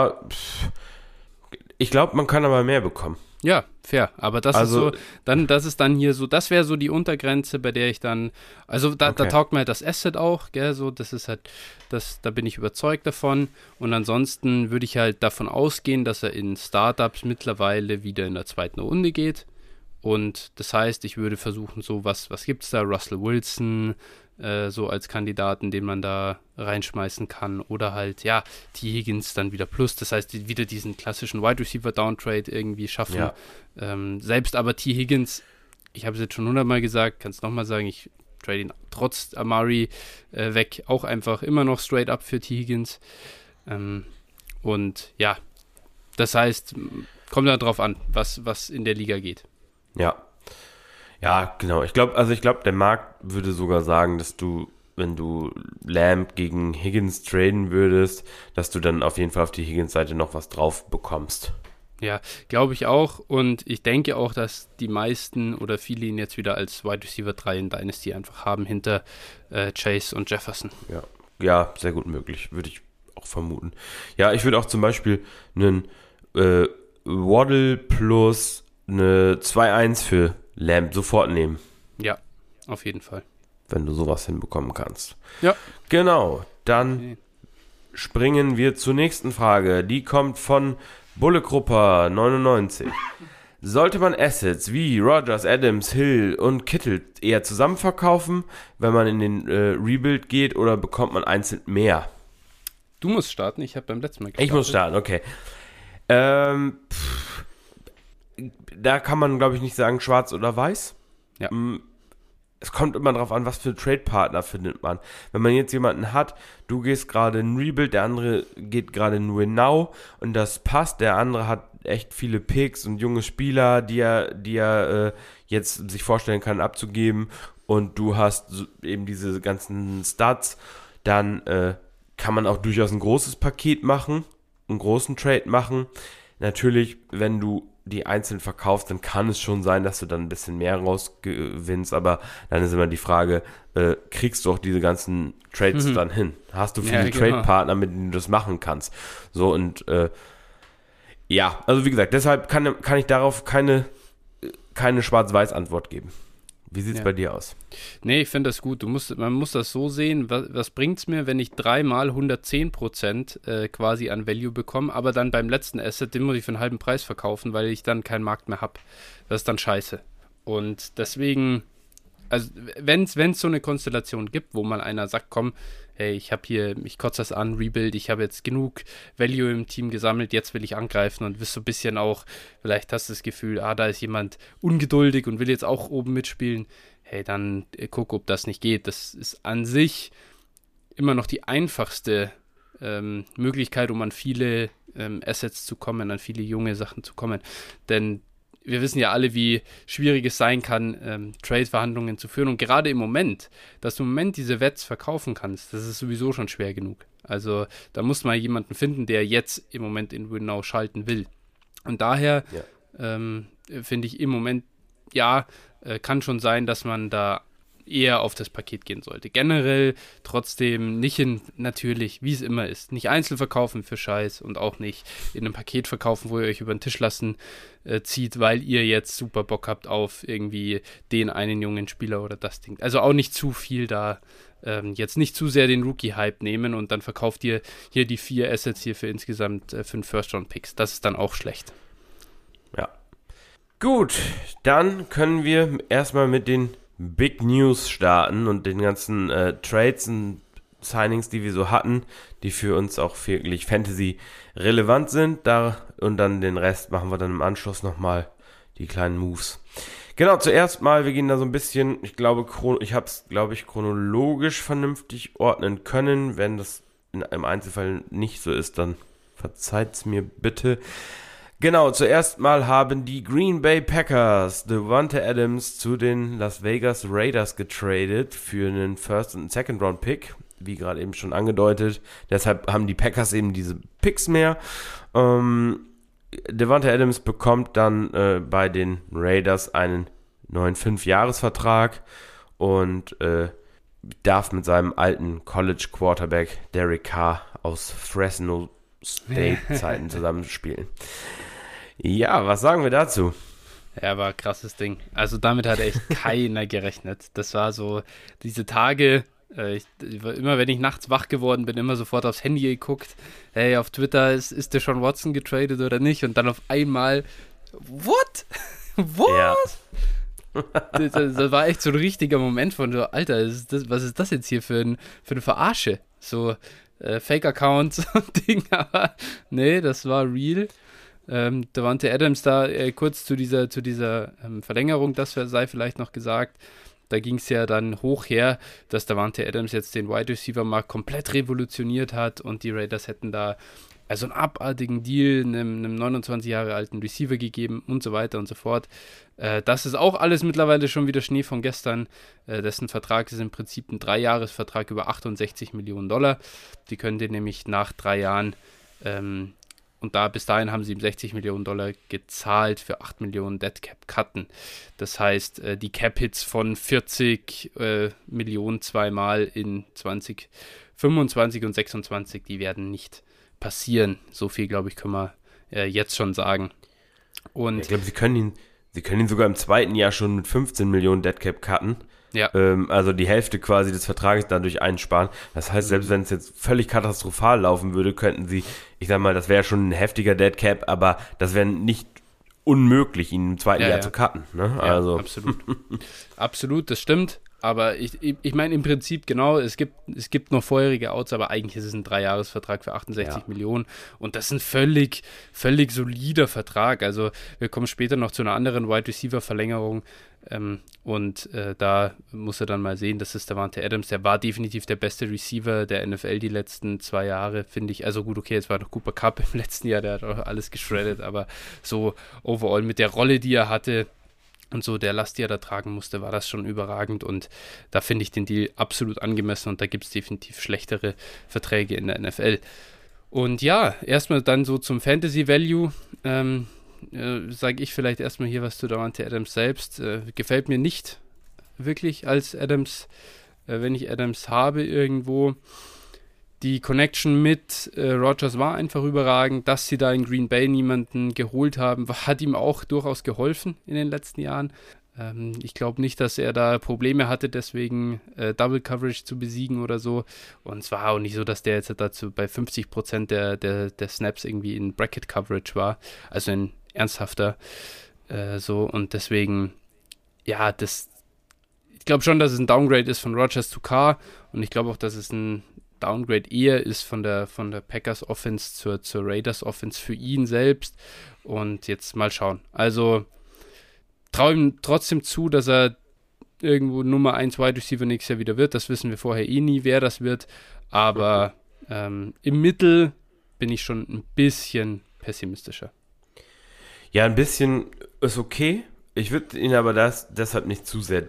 Ich glaube, man kann aber mehr bekommen. Ja, fair. Aber das ist so, das ist dann hier so, das wäre so die Untergrenze, bei der ich dann, also da taugt mir halt das Asset auch, gell, so, das ist halt, da bin ich überzeugt davon. Und ansonsten würde ich halt davon ausgehen, dass er in Startups mittlerweile wieder in der zweiten Runde geht. Und das heißt, ich würde versuchen, so was gibt's da? Russell Wilson, so als Kandidaten, den man da reinschmeißen kann. Oder halt, ja, T. Higgins dann wieder plus. Das heißt, wieder diesen klassischen Wide Receiver Downtrade irgendwie schaffen. Ja. Selbst aber T. Higgins, ich habe es jetzt schon 100-mal gesagt, kann es nochmal sagen, ich trade ihn trotz Amari weg, auch einfach immer noch straight up für T. Higgins. Und ja, das heißt, kommt dann drauf an, was in der Liga geht. Ja, genau. Ich glaube, der Markt würde sogar sagen, dass du, wenn du Lamb gegen Higgins traden würdest, dass du dann auf jeden Fall auf die Higgins-Seite noch was drauf bekommst. Ja, glaube ich auch. Und ich denke auch, dass die meisten oder viele ihn jetzt wieder als Wide Receiver 3 in Dynasty einfach haben, hinter Chase und Jefferson. Ja, sehr gut möglich, würde ich auch vermuten. Ja, ich würde auch zum Beispiel einen Waddle plus eine 2-1 für Lamb sofort nehmen. Ja, auf jeden Fall. Wenn du sowas hinbekommen kannst. Ja. Genau, dann springen wir zur nächsten Frage. Die kommt von Bullegrupper 99. Sollte man Assets wie Rodgers, Adams, Hill und Kittle eher zusammen verkaufen, wenn man in den Rebuild geht, oder bekommt man einzeln mehr? Du musst starten, ich habe beim letzten Mal gestartet. Ich muss starten, okay. Da kann man, glaube ich, nicht sagen schwarz oder weiß. Ja. Es kommt immer darauf an, was für Trade-Partner findet man. Wenn man jetzt jemanden hat, du gehst gerade in Rebuild, der andere geht gerade in Win-Now und das passt, der andere hat echt viele Picks und junge Spieler, die er jetzt sich vorstellen kann abzugeben, und du hast eben diese ganzen Stats, dann kann man auch durchaus ein großes Paket machen, einen großen Trade machen. Natürlich, wenn du die einzeln verkaufst, dann kann es schon sein, dass du dann ein bisschen mehr rausgewinnst, aber dann ist immer die Frage, kriegst du auch diese ganzen Trades dann hin? Hast du viele Trade-Partner, mit denen du das machen kannst? So, und also wie gesagt, deshalb kann ich darauf keine Schwarz-Weiß-Antwort geben. Wie sieht es bei dir aus? Nee, ich finde das gut. Man muss das so sehen, was bringt es mir, wenn ich 3-mal 110% quasi an Value bekomme, aber dann beim letzten Asset, den muss ich für einen halben Preis verkaufen, weil ich dann keinen Markt mehr habe. Das ist dann scheiße. Und deswegen, also wenn es so eine Konstellation gibt, wo mal einer sagt, komm, hey, ich kotze das an, Rebuild, ich habe jetzt genug Value im Team gesammelt, jetzt will ich angreifen, und wirst so ein bisschen auch, vielleicht hast du das Gefühl, da ist jemand ungeduldig und will jetzt auch oben mitspielen, hey, dann guck, ob das nicht geht. Das ist an sich immer noch die einfachste Möglichkeit, um an viele Assets zu kommen, an viele junge Sachen zu kommen, denn wir wissen ja alle, wie schwierig es sein kann, Trade-Verhandlungen zu führen. Und gerade im Moment, dass du im Moment diese Wets verkaufen kannst, das ist sowieso schon schwer genug. Also da muss man jemanden finden, der jetzt im Moment in Win-Now schalten will. Und daher finde ich im Moment, kann schon sein, dass man da eher auf das Paket gehen sollte. Generell trotzdem nicht natürlich, wie es immer ist, nicht einzeln verkaufen für Scheiß und auch nicht in einem Paket verkaufen, wo ihr euch über den Tisch lassen zieht, weil ihr jetzt super Bock habt auf irgendwie den einen jungen Spieler oder das Ding. Also auch nicht zu viel da, jetzt nicht zu sehr den Rookie-Hype nehmen und dann verkauft ihr hier die 4 Assets hier für insgesamt 5 First-Round-Picks. Das ist dann auch schlecht. Ja. Gut, dann können wir erstmal mit den Big News starten und den ganzen Trades und Signings, die wir so hatten, die für uns auch wirklich Fantasy relevant sind. Und dann den Rest machen wir dann im Anschluss nochmal, die kleinen Moves. Genau, zuerst mal, wir gehen da so ein bisschen, ich habe es, chronologisch vernünftig ordnen können. Wenn das im Einzelfall nicht so ist, dann verzeiht's mir bitte. Genau, zuerst mal haben die Green Bay Packers Davante Adams zu den Las Vegas Raiders getradet für einen First- und Second-Round-Pick, wie gerade eben schon angedeutet. Deshalb haben die Packers eben diese Picks mehr. Davante Adams bekommt dann bei den Raiders einen neuen 5-Jahres-Vertrag und darf mit seinem alten College-Quarterback Derek Carr aus Fresno State-Zeiten zusammenspielen. Ja, was sagen wir dazu? Ja, war ein krasses Ding. Also damit hat echt keiner gerechnet. Das war so diese Tage, immer wenn ich nachts wach geworden bin, immer sofort aufs Handy geguckt. Hey, auf Twitter ist der Sean Watson getradet oder nicht? Und dann auf einmal, what? Was? Ja. Das war echt so ein richtiger Moment von so, Alter, was ist das jetzt hier für eine Verarsche? So Fake-Accounts und Ding, aber nee, das war real. Davante Adams da kurz zu dieser Verlängerung, das sei vielleicht noch gesagt, da ging es ja dann hoch her, dass Davante Adams jetzt den Wide Receiver Markt komplett revolutioniert hat und die Raiders hätten da also einen abartigen Deal einem 29 Jahre alten Receiver gegeben und so weiter und so fort. Das ist auch alles mittlerweile schon wieder Schnee von gestern. Dessen Vertrag ist im Prinzip ein 3-Jahres-Vertrag über $68 Millionen. Die können den nämlich nach 3 Jahren Und bis dahin haben sie ihm $60 Millionen gezahlt für 8 Millionen Dead Cap Cutten. Das heißt, die Cap Hits von 40 Millionen zweimal in 2025 und 26, die werden nicht passieren. So viel, glaube ich, können wir jetzt schon sagen. Und ich glaube, sie können ihn sogar im zweiten Jahr schon mit 15 Millionen Dead Cap cutten. Ja. Also die Hälfte quasi des Vertrages dadurch einsparen. Das heißt, selbst wenn es jetzt völlig katastrophal laufen würde, könnten sie, ich sag mal, das wäre schon ein heftiger Dead Cap, aber das wäre nicht unmöglich, ihn im zweiten Jahr zu cutten. Ne? Ja, also. Absolut. Absolut, das stimmt. Aber ich meine im Prinzip genau, es gibt noch vorherige Outs, aber eigentlich ist es ein 3-Jahres-Vertrag für 68 Millionen und das ist ein völlig solider Vertrag. Also wir kommen später noch zu einer anderen Wide-Receiver-Verlängerung und da muss er dann mal sehen, das ist Davante Adams, der war definitiv der beste Receiver der NFL die letzten 2 Jahre, finde ich. Also gut, okay, es war noch Cooper Kupp im letzten Jahr, der hat auch alles geschreddet, aber so overall mit der Rolle, die er hatte, und so der Last, die er da tragen musste, war das schon überragend und da finde ich den Deal absolut angemessen und da gibt es definitiv schlechtere Verträge in der NFL. Und ja, erstmal dann so zum Fantasy Value, sage ich vielleicht erstmal hier was zu Davante Adams selbst. Gefällt mir nicht wirklich als Adams, wenn ich Adams habe irgendwo. Die Connection mit Rodgers war einfach überragend. Dass sie da in Green Bay niemanden geholt haben, hat ihm auch durchaus geholfen in den letzten Jahren. Ich glaube nicht, dass er da Probleme hatte, deswegen Double Coverage zu besiegen oder so. Und es war auch nicht so, dass der jetzt dazu bei 50% der Snaps irgendwie in Bracket Coverage war. Also in ernsthafter so. Und deswegen, ja, ich glaube schon, dass es ein Downgrade ist von Rodgers zu Carr. Und ich glaube auch, dass es ein Downgrade eher ist von der Packers Offense zur Raiders Offense für ihn selbst. Und jetzt mal schauen. Also traue ihm trotzdem zu, dass er irgendwo Nummer 1 Wide Receiver nächstes Jahr wieder wird. Das wissen wir vorher nie, wer das wird. Aber im Mittel bin ich schon ein bisschen pessimistischer. Ja, ein bisschen ist okay. Ich würde ihn aber deshalb nicht zu sehr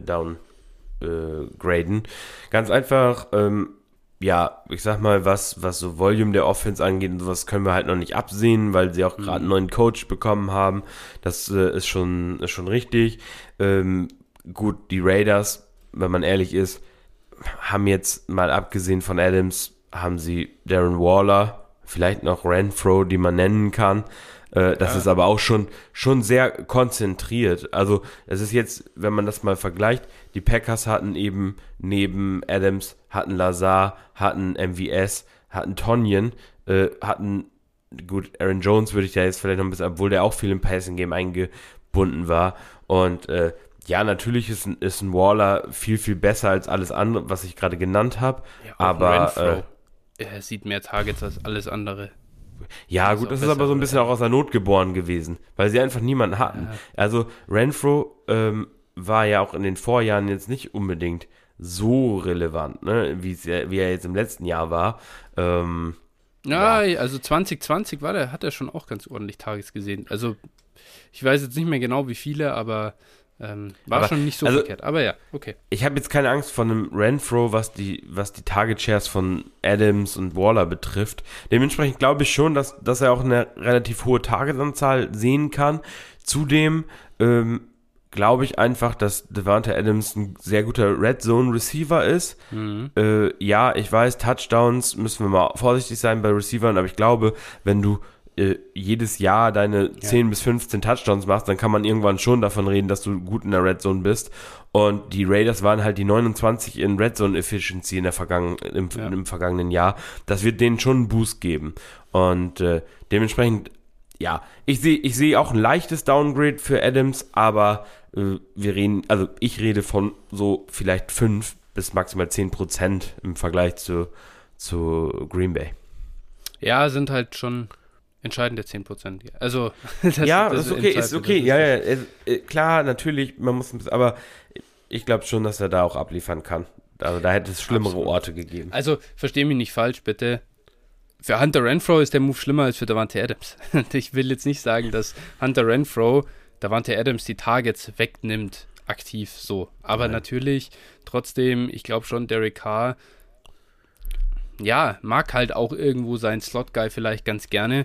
downgraden. Ganz einfach, ja, ich sag mal, was so Volume der Offense angeht und sowas können wir halt noch nicht absehen, weil sie auch gerade einen neuen Coach bekommen haben. Das ist schon richtig. Gut, die Raiders, wenn man ehrlich ist, haben jetzt mal abgesehen von Adams, haben sie Darren Waller, vielleicht noch Renfro, die man nennen kann. Das ist aber auch schon sehr konzentriert. Also es ist jetzt, wenn man das mal vergleicht, die Packers hatten eben neben Adams, hatten Lazar, hatten MVS, hatten Tonyan, hatten, gut, Aaron Jones würde ich da jetzt vielleicht noch ein bisschen, obwohl der auch viel im Passing-Game eingebunden war. Und ja, natürlich ist ein Waller viel, viel besser als alles andere, was ich gerade genannt habe. Ja, aber er sieht mehr Targets als alles andere. Ja, gut, das ist aber so ein bisschen auch aus der Not geboren gewesen, weil sie einfach niemanden hatten. Ja. Also Renfro war ja auch in den Vorjahren jetzt nicht unbedingt so relevant, ne, wie er jetzt im letzten Jahr war. Also 2020 hat er schon auch ganz ordentlich Tages gesehen. Also ich weiß jetzt nicht mehr genau wie viele, aber war schon nicht so verkehrt, aber ja, okay. Ich habe jetzt keine Angst vor einem Renfro, was die Target Shares von Adams und Waller betrifft. Dementsprechend glaube ich schon, dass er auch eine relativ hohe Targetanzahl sehen kann. Zudem glaube ich einfach, dass Davante Adams ein sehr guter Red Zone Receiver ist. Mhm. Ja, ich weiß, Touchdowns müssen wir mal vorsichtig sein bei Receivern, aber ich glaube, wenn du jedes Jahr deine 10 bis 15 Touchdowns machst, dann kann man irgendwann schon davon reden, dass du gut in der Red Zone bist. Und die Raiders waren halt die 29 in Red Zone Efficiency im vergangenen Jahr. Das wird denen schon einen Boost geben. Und dementsprechend, ja, ich sehe auch ein leichtes Downgrade für Adams, aber ich rede von so vielleicht 5 bis maximal 10% im Vergleich zu Green Bay. Ja, sind halt schon entscheidende 10%. Also, das ist okay. Ja, klar, natürlich, man muss, aber ich glaube schon, dass er da auch abliefern kann. Also, da hätte es schlimmere Orte gegeben. Also, versteh mich nicht falsch, bitte. Für Hunter Renfrow ist der Move schlimmer als für Davante Adams. Ich will jetzt nicht sagen, dass Hunter Renfrow Davante Adams die Targets wegnimmt, aktiv so. Aber natürlich, trotzdem, ich glaube schon, Derek Carr, ja, mag halt auch irgendwo seinen Slot-Guy vielleicht ganz gerne.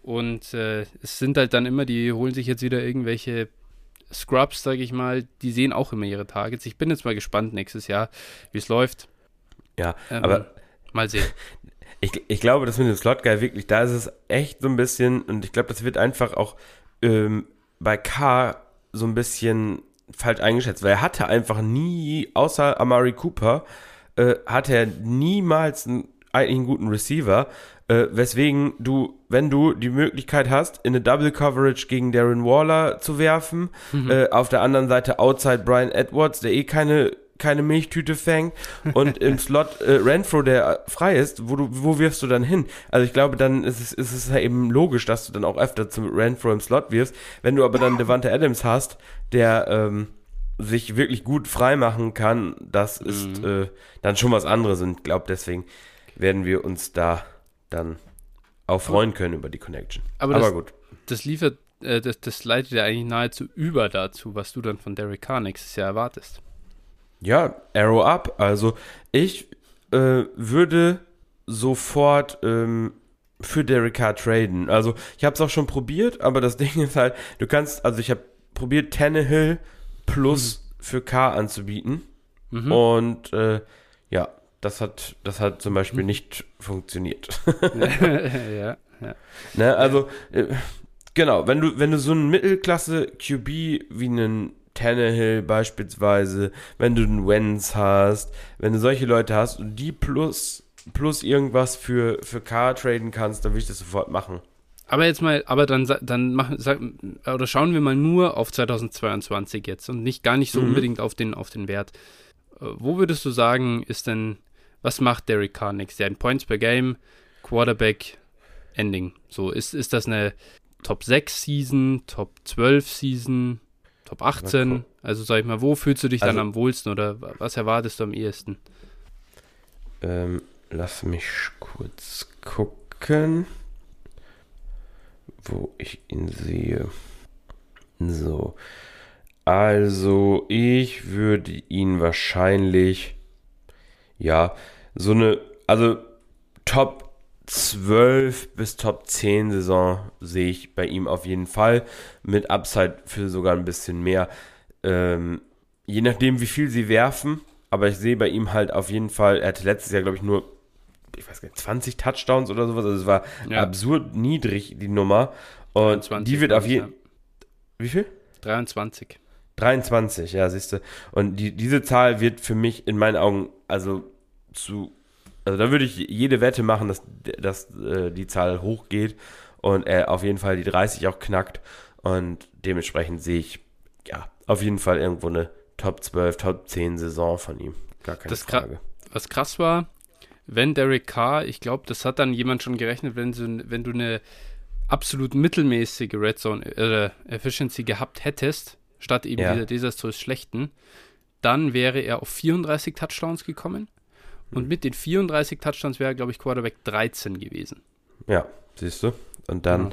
Und es sind halt dann immer, die holen sich jetzt wieder irgendwelche Scrubs, sage ich mal, die sehen auch immer ihre Targets. Ich bin jetzt mal gespannt nächstes Jahr, wie es läuft. Ja, aber mal sehen. Ich glaube, dass mit dem Slot-Guy wirklich, da ist es echt so ein bisschen, und ich glaube, das wird einfach auch bei K so ein bisschen falsch eingeschätzt, weil er hatte einfach nie, außer Amari Cooper, hatte er niemals einen guten Receiver, weswegen du, wenn du die Möglichkeit hast, in eine Double Coverage gegen Darren Waller zu werfen, auf der anderen Seite Outside Bryan Edwards, der keine Milchtüte fängt, und im Slot Renfro, der frei ist, wo wirfst du dann hin? Also ich glaube, dann ist es ja eben logisch, dass du dann auch öfter zum Renfro im Slot wirfst. Wenn du aber dann Devonta Adams hast, der sich wirklich gut frei machen kann, das ist dann schon was anderes, und ich glaube, deswegen werden wir uns da dann auch freuen können über die Connection. Aber gut. Das liefert, das leitet ja eigentlich nahezu über dazu, was du dann von Derek Carr nächstes Jahr erwartest. Ja, Arrow up. Also ich würde sofort für Derek Carr traden. Also ich habe es auch schon probiert, aber das Ding ist halt, ich habe probiert, Tannehill plus für Carr anzubieten. Und ja, das hat zum Beispiel nicht funktioniert. Ja. Ne, also genau, wenn du so einen Mittelklasse-QB wie einen Tannehill beispielsweise, wenn du einen Wentz hast, wenn du solche Leute hast und die plus irgendwas für Carr traden kannst, dann würde ich das sofort machen. Aber jetzt mal, schauen wir mal nur auf 2022 jetzt und gar nicht so unbedingt auf den Wert. Wo würdest du sagen, was macht Derek Carr nächstes Jahr in Points per Game, Quarterback, Ending? So, ist das eine Top 6 Season, Top 12 Season, Top 18? Also sag ich mal, wo fühlst du dich dann am wohlsten oder was erwartest du am ehesten? Lass mich kurz gucken, wo ich ihn sehe. So. Also, ich würde ihn wahrscheinlich, Top 12 bis Top 10 Saison sehe ich bei ihm auf jeden Fall, mit Upside für sogar ein bisschen mehr. Je nachdem, wie viel sie werfen, aber ich sehe bei ihm halt auf jeden Fall, er hatte letztes Jahr, glaube ich, nur, ich weiß gar nicht, 20 Touchdowns oder sowas, also es war absurd niedrig, die Nummer. Und 23, die wird auf jeden... Wie viel? 23. 23, ja, siehst du. Und diese Zahl wird für mich in meinen Augen, also da würde ich jede Wette machen, dass die Zahl hochgeht und er auf jeden Fall die 30 auch knackt. Und dementsprechend sehe ich, auf jeden Fall irgendwo eine Top 12, Top 10 Saison von ihm. Gar keine Frage. Was krass war, wenn Derek Carr, ich glaube, das hat dann jemand schon gerechnet, wenn du eine absolut mittelmäßige Red Zone Efficiency gehabt hättest, statt eben dieser desaströs schlechten, dann wäre er auf 34 Touchdowns gekommen. Und mit den 34 Touchdowns wäre er, glaube ich, Quarterback 13 gewesen. Ja, siehst du. Und dann...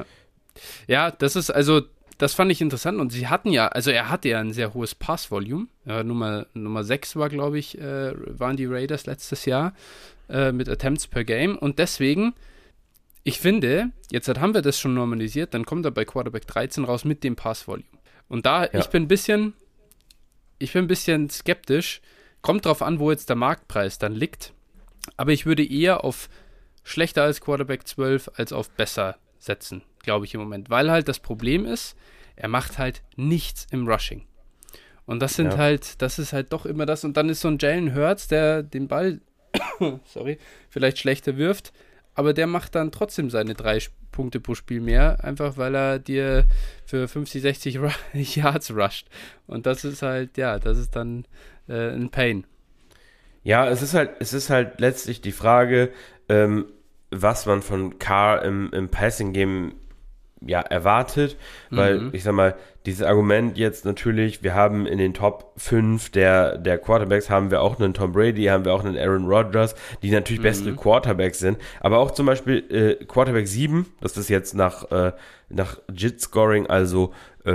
Ja, das fand ich interessant. Und er hatte ja ein sehr hohes Pass-Volume. Nummer 6 war, glaube ich, waren die Raiders letztes Jahr mit Attempts per Game. Und deswegen, ich finde, jetzt haben wir das schon normalisiert, dann kommt er bei Quarterback 13 raus mit dem Pass-Volume. Und ich bin ein bisschen skeptisch. Kommt drauf an, wo jetzt der Marktpreis dann liegt. Aber ich würde eher auf schlechter als Quarterback 12 als auf besser setzen, glaube ich im Moment. Weil halt das Problem ist, er macht halt nichts im Rushing. Und das ist halt doch immer das. Und dann ist so ein Jalen Hurts, der den Ball, vielleicht schlechter wirft, aber der macht dann trotzdem seine 3 Punkte pro Spiel mehr, einfach weil er dir für 50, 60 Yards rusht. Und das ist halt, das ist dann ein Pain. Ja, es ist halt letztlich die Frage, was man von Carr im Passing-Game erwartet, weil ich sag mal, dieses Argument jetzt natürlich, wir haben in den Top 5 der Quarterbacks haben wir auch einen Tom Brady, haben wir auch einen Aaron Rodgers, die natürlich beste Quarterbacks sind, aber auch zum Beispiel Quarterback 7, das ist jetzt nach JIT-Scoring, also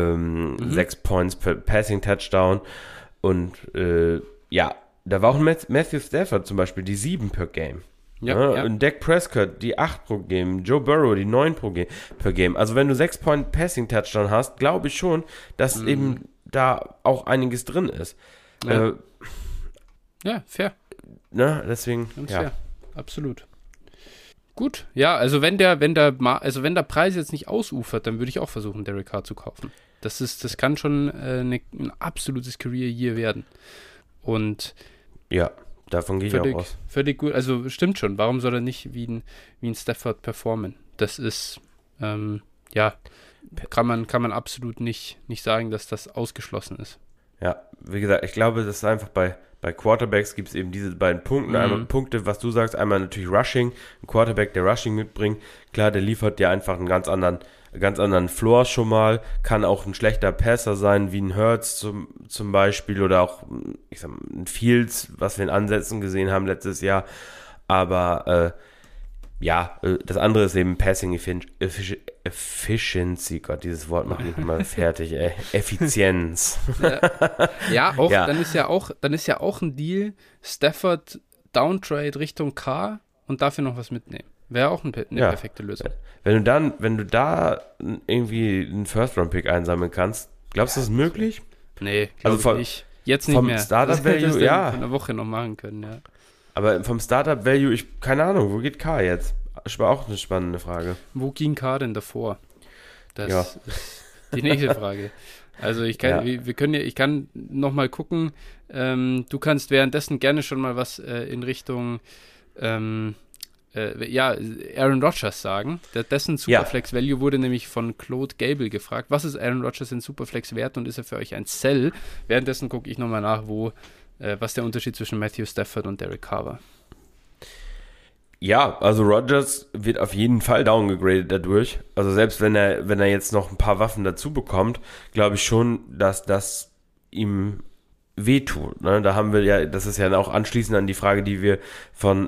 6 Points per Passing Touchdown und da war auch ein Matthew Stafford zum Beispiel, die 7 per Game. Ja. Und Dak Prescott, die 8 pro Game, Joe Burrow, die 9 per Game. Also wenn du 6 Point Passing Touchdown hast, glaube ich schon, dass eben da auch einiges drin ist. Ja, fair. Ne, deswegen, ganz fair. Absolut. Gut, ja, also wenn der Preis jetzt nicht ausufert, dann würde ich auch versuchen, Derek Carr zu kaufen. Das kann schon ein absolutes Career-Year werden. Und ja, davon gehe ich auch aus. Völlig gut, also stimmt schon. Warum soll er nicht wie ein Stafford performen? Das ist, kann man absolut nicht sagen, dass das ausgeschlossen ist. Ja, wie gesagt, ich glaube, das ist einfach bei Quarterbacks gibt es eben diese beiden Punkte. Einmal Punkte, was du sagst, einmal natürlich Rushing. Ein Quarterback, der Rushing mitbringt, klar, der liefert dir einfach einen ganz anderen Floor schon mal. Kann auch ein schlechter Passer sein, wie ein Hurts zum Beispiel oder auch, ich sag mal, ein Fields, was wir in Ansätzen gesehen haben letztes Jahr. Aber das andere ist eben Passing Efficiency. Gott, dieses Wort macht mich mal fertig, ey. Effizienz. Dann ist ja auch ein Deal, Stafford Downtrade Richtung K und dafür noch was mitnehmen. Wäre auch eine perfekte Lösung. Wenn du da irgendwie einen First-Round-Pick einsammeln kannst, glaubst du, das ist möglich? Nee, glaube ich nicht. Jetzt nicht vom mehr. Vom Startup-Value, ja. In einer Woche noch machen können, ja. Aber vom Startup-Value, keine Ahnung, wo geht K jetzt? Das war auch eine spannende Frage. Wo ging K denn davor? Das ist die nächste Frage. Also ich kann noch mal gucken. Du kannst währenddessen gerne schon mal was in Richtung Aaron Rodgers sagen. Dessen Superflex Value wurde nämlich von Claude Gable gefragt. Was ist Aaron Rodgers in Superflex wert und ist er für euch ein Sell? Währenddessen gucke ich nochmal nach, was der Unterschied zwischen Matthew Stafford und Derek Carr war. Ja, also Rodgers wird auf jeden Fall downgegradet dadurch. Also selbst wenn er jetzt noch ein paar Waffen dazu bekommt, glaube ich schon, dass das ihm wehtut. Ne? Da haben wir ja, das ist ja auch anschließend an die Frage, die wir von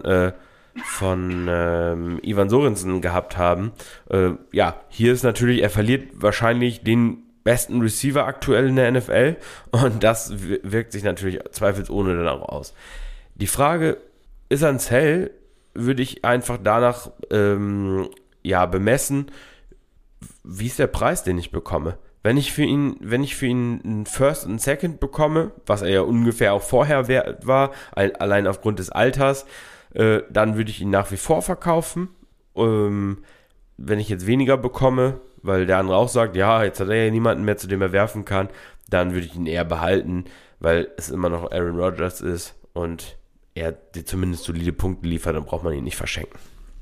Ivan Sorensen gehabt haben. Hier ist natürlich, er verliert wahrscheinlich den besten Receiver aktuell in der NFL und das wirkt sich natürlich zweifelsohne dann auch aus. Die Frage, ist er ein Sell, würde ich einfach danach bemessen, wie ist der Preis, den ich bekomme. Wenn ich für ihn einen First und Second bekomme, was er ja ungefähr auch vorher wert war, allein aufgrund des Alters, dann würde ich ihn nach wie vor verkaufen. Wenn ich jetzt weniger bekomme, weil der andere auch sagt, ja, jetzt hat er ja niemanden mehr, zu dem er werfen kann, dann würde ich ihn eher behalten, weil es immer noch Aaron Rodgers ist und er dir zumindest solide Punkte liefert, dann braucht man ihn nicht verschenken.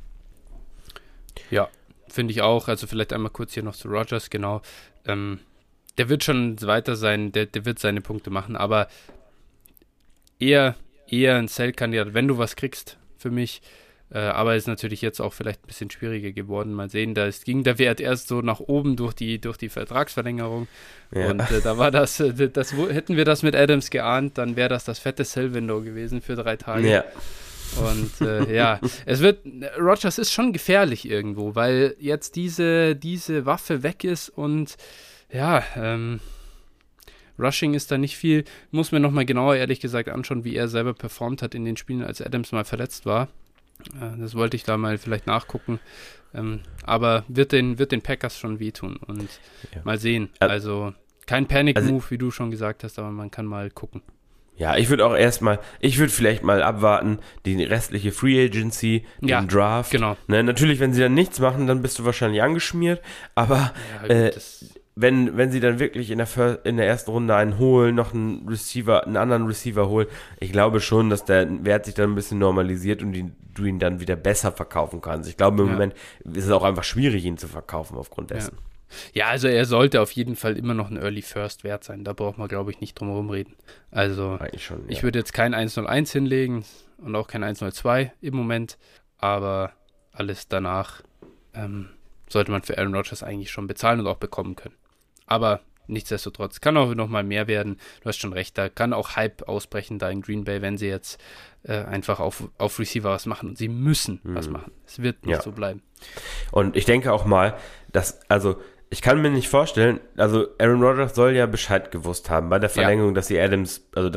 Ja, finde ich auch. Also vielleicht einmal kurz hier noch zu Rodgers, genau. Der wird schon weiter sein, der wird seine Punkte machen, aber eher ein Sell-Kandidat, wenn du was kriegst für mich. Aber ist natürlich jetzt auch vielleicht ein bisschen schwieriger geworden. Mal sehen, ging der Wert erst so nach oben durch die Vertragsverlängerung. Ja. Und da war hätten wir das mit Adams geahnt, dann wäre das fette Sell-Window gewesen für 3 Tage. Ja. Und Rodgers ist schon gefährlich irgendwo, weil jetzt diese Waffe weg ist und Rushing ist da nicht viel. Muss mir nochmal genauer, ehrlich gesagt, anschauen, wie er selber performt hat in den Spielen, als Adams mal verletzt war. Das wollte ich da mal vielleicht nachgucken. Aber wird den Packers schon wehtun und mal sehen. Also kein Panic-Move, wie du schon gesagt hast, aber man kann mal gucken. Ja, ich würde vielleicht mal abwarten, die restliche Free Agency, den Draft. Genau. Ne, natürlich, wenn sie dann nichts machen, dann bist du wahrscheinlich angeschmiert, aber wenn sie dann wirklich in der ersten Runde einen holen, noch einen anderen Receiver holen, ich glaube schon, dass der Wert sich dann ein bisschen normalisiert und du ihn dann wieder besser verkaufen kannst. Ich glaube, im Moment ist es auch einfach schwierig, ihn zu verkaufen aufgrund dessen. Ja, also er sollte auf jeden Fall immer noch ein Early First wert sein. Da braucht man, glaube ich, nicht drum herum reden. Also ich würde jetzt kein 101 hinlegen und auch kein 102 im Moment, aber alles danach sollte man für Aaron Rodgers eigentlich schon bezahlen und auch bekommen können. Aber nichtsdestotrotz kann auch noch mal mehr werden. Du hast schon recht, da kann auch Hype ausbrechen da in Green Bay, wenn sie jetzt einfach auf Receiver was machen und sie müssen was machen. Es wird nicht so bleiben. Und ich denke auch mal, ich kann mir nicht vorstellen, also Aaron Rodgers soll ja Bescheid gewusst haben bei der Verlängerung, dass sie Adams, also dass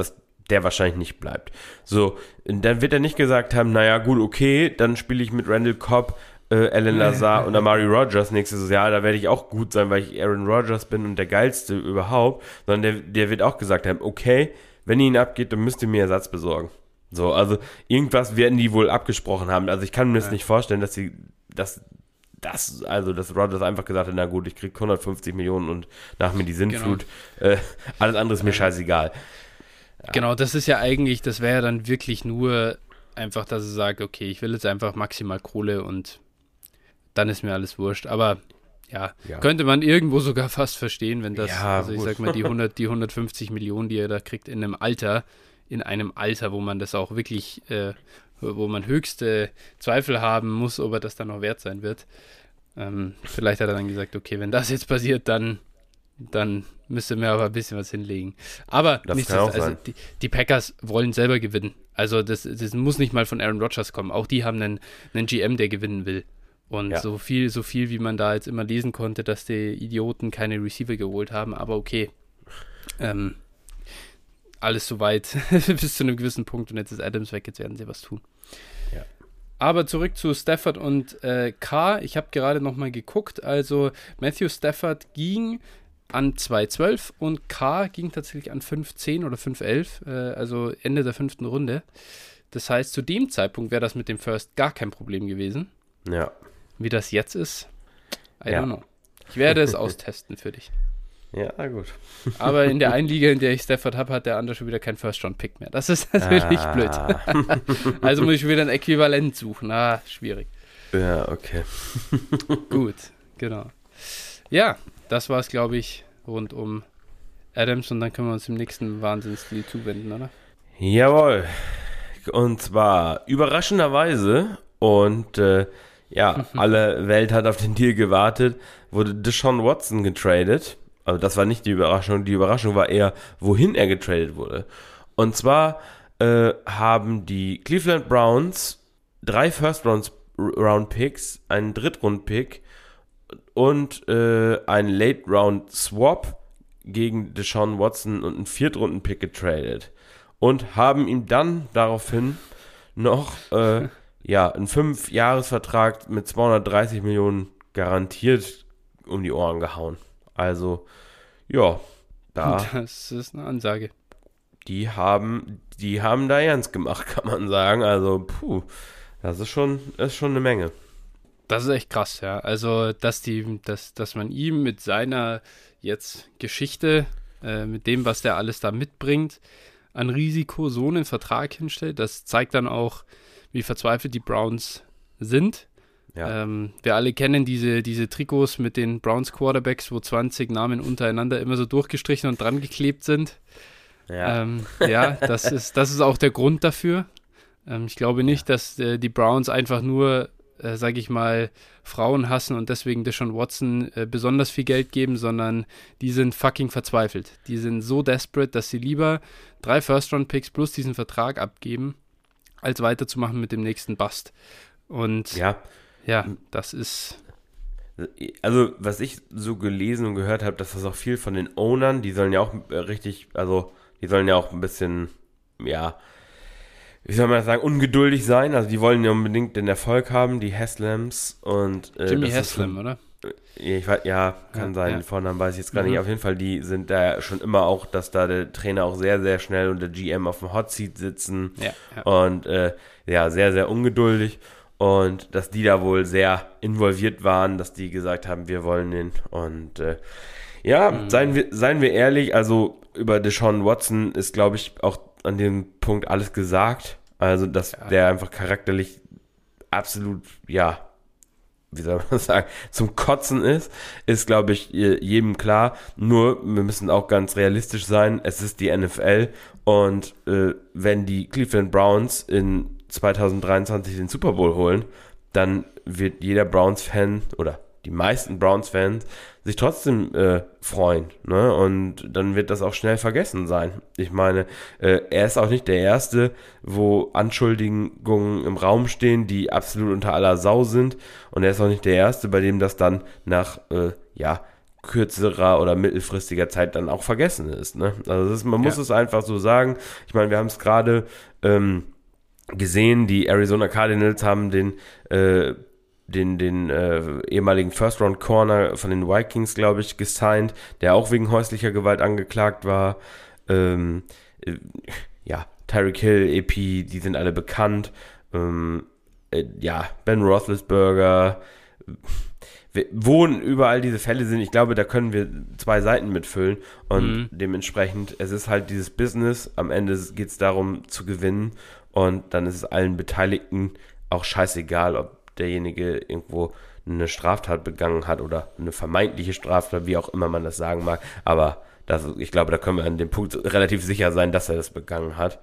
der wahrscheinlich nicht bleibt. So, dann wird er nicht gesagt haben, naja, gut, okay, dann spiele ich mit Randall Cobb, Alan Lazar und Amari Rodgers nächstes Jahr, da werde ich auch gut sein, weil ich Aaron Rodgers bin und der Geilste überhaupt, sondern der wird auch gesagt haben, okay, wenn ihr ihn abgeht, dann müsst ihr mir Ersatz besorgen. So, also irgendwas werden die wohl abgesprochen haben. Also ich kann mir das nicht vorstellen, dass Rodgers einfach gesagt hat, na gut, ich krieg 150 Millionen und nach mir die Sintflut. Genau. Alles andere ist mir scheißegal. Ja. Genau, das ist ja eigentlich, das wäre ja dann wirklich nur einfach, dass er sagt, okay, ich will jetzt einfach maximal Kohle und dann ist mir alles wurscht. Aber ja, könnte man irgendwo sogar fast verstehen, wenn das, ich sag mal, die 150 Millionen, die er da kriegt in einem Alter, wo man das auch wirklich, wo man höchste Zweifel haben muss, ob er das dann noch wert sein wird. Vielleicht hat er dann gesagt, okay, wenn das jetzt passiert, dann müsste mir aber ein bisschen was hinlegen. Aber die Packers wollen selber gewinnen. Also das muss nicht mal von Aaron Rodgers kommen. Auch die haben einen GM, der gewinnen will. Und so viel, wie man da jetzt immer lesen konnte, dass die Idioten keine Receiver geholt haben. Aber okay, alles soweit bis zu einem gewissen Punkt. Und jetzt ist Adams weg, jetzt werden sie was tun. Ja. Aber zurück zu Stafford und Carr. Ich habe gerade nochmal geguckt. Also Matthew Stafford ging an 2,12 und Carr ging tatsächlich an 5,10 oder 5,11, also Ende der 5. Runde. Das heißt, zu dem Zeitpunkt wäre das mit dem First gar kein Problem gewesen. Ja. Wie das jetzt ist, I don't know. Ich werde es austesten für dich. Ja, na gut. Aber in der einen Liga, in der ich Stafford habe, hat der andere schon wieder keinen First-Round-Pick mehr. Das ist natürlich blöd. Also muss ich wieder ein Äquivalent suchen. Schwierig. Ja, okay. Gut, genau. Ja, das war es, glaube ich, rund um Adams und dann können wir uns dem nächsten Wahnsinnsstil zuwenden, oder? Jawohl. Und zwar überraschenderweise und alle Welt hat auf den Deal gewartet, wurde Deshaun Watson getradet. Also das war nicht die Überraschung. Die Überraschung war eher, wohin er getradet wurde. Und zwar haben die Cleveland Browns 3 First-Round-Picks, einen Drittrunden-Pick und einen Late-Round-Swap gegen Deshaun Watson und einen Viertrunden-Pick getradet. Und haben ihm dann daraufhin noch einen 5-Jahres-Vertrag mit 230 Millionen garantiert um die Ohren gehauen. Also, ja, das ist eine Ansage. Die haben da ernst gemacht, kann man sagen. Also, das ist schon eine Menge. Das ist echt krass, ja. Also, dass man ihm mit seiner jetzt Geschichte, mit dem, was der alles da mitbringt, an Risiko so einen Vertrag hinstellt, das zeigt dann auch, wie verzweifelt die Browns sind. Ja. Wir alle kennen diese Trikots mit den Browns Quarterbacks, wo 20 Namen untereinander immer so durchgestrichen und dran geklebt sind. Ja, das ist auch der Grund dafür. Ich glaube nicht, dass die Browns einfach nur, sage ich mal, Frauen hassen und deswegen Deshaun Watson besonders viel Geld geben, sondern die sind fucking verzweifelt. Die sind so desperate, dass sie lieber 3 First-Round-Picks plus diesen Vertrag abgeben, als weiterzumachen mit dem nächsten Bust. Und das ist... Also, was ich so gelesen und gehört habe, dass das auch viel von den Ownern, die sollen ja auch die sollen ja auch ein bisschen, wie soll man das sagen, ungeduldig sein. Also, die wollen ja unbedingt den Erfolg haben, die Haslams und... Jimmy Haslam, oder? Ich weiß, kann sein, den Vornamen weiß ich jetzt gar nicht. Auf jeden Fall, die sind da schon immer auch, dass da der Trainer auch sehr, sehr schnell und der GM auf dem Hot Seat sitzen und sehr, sehr ungeduldig. Und dass die da wohl sehr involviert waren, dass die gesagt haben, wir wollen den. Und seien wir ehrlich, also über Deshaun Watson ist, glaube ich, auch an dem Punkt alles gesagt. Also, dass der einfach charakterlich absolut, wie soll man sagen, zum Kotzen ist, glaube ich, jedem klar. Nur, wir müssen auch ganz realistisch sein. Es ist die NFL und wenn die Cleveland Browns in 2023 den Super Bowl holen, dann wird jeder Browns-Fan oder die meisten Browns-Fans sich trotzdem freuen, ne? Und dann wird das auch schnell vergessen sein. Ich meine, er ist auch nicht der Erste, wo Anschuldigungen im Raum stehen, die absolut unter aller Sau sind. Und er ist auch nicht der Erste, bei dem das dann nach kürzerer oder mittelfristiger Zeit dann auch vergessen ist. Ne? Also man muss es einfach so sagen. Ich meine, wir haben es gerade gesehen, die Arizona Cardinals haben den ehemaligen First-Round-Corner von den Vikings, glaube ich, gesigned, der auch wegen häuslicher Gewalt angeklagt war. Tyreek Hill, EP, die sind alle bekannt. Ben Roethlisberger, wo überall diese Fälle sind, ich glaube, da können wir 2 Seiten mitfüllen und dementsprechend, es ist halt dieses Business, am Ende geht es darum zu gewinnen und dann ist es allen Beteiligten auch scheißegal, ob derjenige irgendwo eine Straftat begangen hat oder eine vermeintliche Straftat, wie auch immer man das sagen mag, aber ich glaube, da können wir an dem Punkt relativ sicher sein, dass er das begangen hat.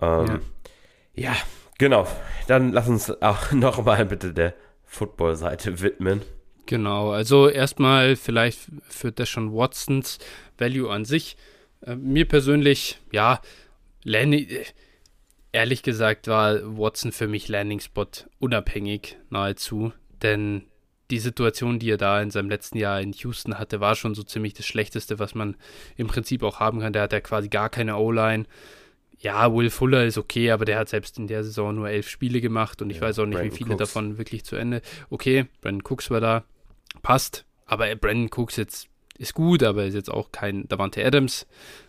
Genau. Dann lass uns auch nochmal bitte der Football-Seite widmen. Genau, also erstmal vielleicht für Deshaun Watsons Value an sich. Mir persönlich, ehrlich gesagt war Watson für mich Landing-Spot unabhängig nahezu, denn die Situation, die er da in seinem letzten Jahr in Houston hatte, war schon so ziemlich das Schlechteste, was man im Prinzip auch haben kann. Der hat ja quasi gar keine O-Line. Ja, Will Fuller ist okay, aber der hat selbst in der Saison nur 11 Spiele gemacht und ich weiß auch nicht, wie viele davon wirklich zu Ende. Okay, Brandon Cooks war da, passt, aber Brandon Cooks jetzt ist gut, aber ist jetzt auch kein Davante Adams.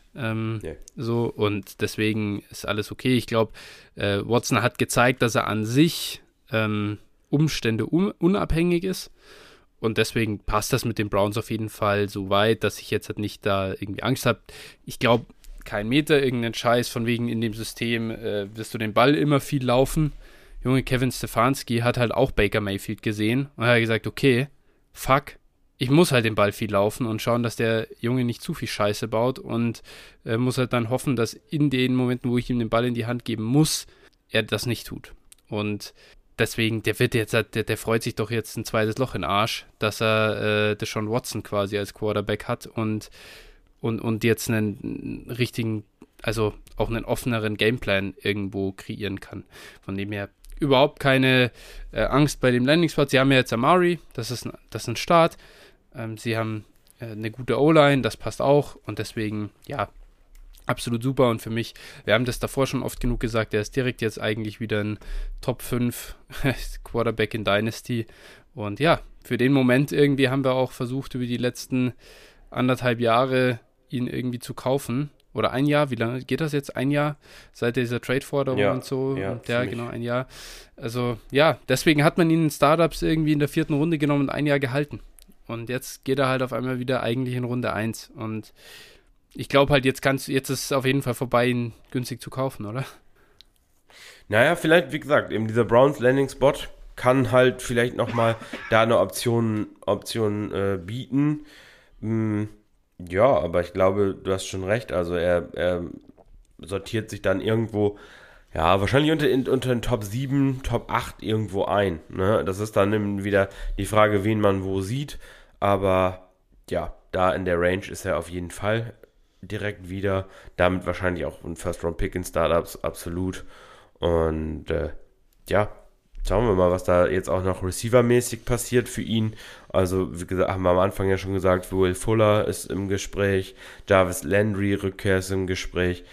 So, und deswegen ist alles okay. Ich glaube, Watson hat gezeigt, dass er an sich Umstände unabhängig ist und deswegen passt das mit den Browns auf jeden Fall so weit, dass ich jetzt halt nicht da irgendwie Angst habe. Ich glaube, kein Meter, irgendeinen Scheiß von wegen in dem System wirst du den Ball immer viel laufen. Junge, Kevin Stefanski hat halt auch Baker Mayfield gesehen und hat gesagt, okay, fuck, ich muss halt den Ball viel laufen und schauen, dass der Junge nicht zu viel Scheiße baut und muss halt dann hoffen, dass in den Momenten, wo ich ihm den Ball in die Hand geben muss, er das nicht tut. Und deswegen, der freut sich doch jetzt ein zweites Loch in den Arsch, dass er Deshaun Watson quasi als Quarterback hat und jetzt einen richtigen, also auch einen offeneren Gameplan irgendwo kreieren kann. Von dem her überhaupt keine Angst bei dem Landing-Spot. Sie haben ja jetzt Amari, das ist ein Start. Sie haben eine gute O-Line, das passt auch und deswegen, absolut super und für mich, wir haben das davor schon oft genug gesagt, der ist direkt jetzt eigentlich wieder ein Top 5 Quarterback in Dynasty und für den Moment irgendwie haben wir auch versucht, über die letzten 1,5 Jahre ihn irgendwie zu kaufen. Oder ein Jahr, wie lange geht das jetzt? Ein Jahr seit dieser Trade-Forderung und so? Genau, ein Jahr. Also, deswegen hat man ihn in Startups irgendwie in der 4. Runde genommen und ein Jahr gehalten. Und jetzt geht er halt auf einmal wieder eigentlich in Runde 1. Und ich glaube halt, jetzt ist es auf jeden Fall vorbei, ihn günstig zu kaufen, oder? Naja, vielleicht, wie gesagt, eben dieser Browns Landing Spot kann halt vielleicht nochmal da eine Option bieten. Ja, aber ich glaube, du hast schon recht. Also er sortiert sich dann irgendwo, wahrscheinlich unter den Top 7, Top 8 irgendwo ein. Ne? Das ist dann eben wieder die Frage, wen man wo sieht. Aber da in der Range ist er auf jeden Fall direkt wieder. Damit wahrscheinlich auch ein First-Round-Pick in Startups, absolut. Und schauen wir mal, was da jetzt auch noch receivermäßig passiert für ihn. Also, wie gesagt, haben wir am Anfang ja schon gesagt, Will Fuller ist im Gespräch, Jarvis Landry Rückkehr ist im Gespräch.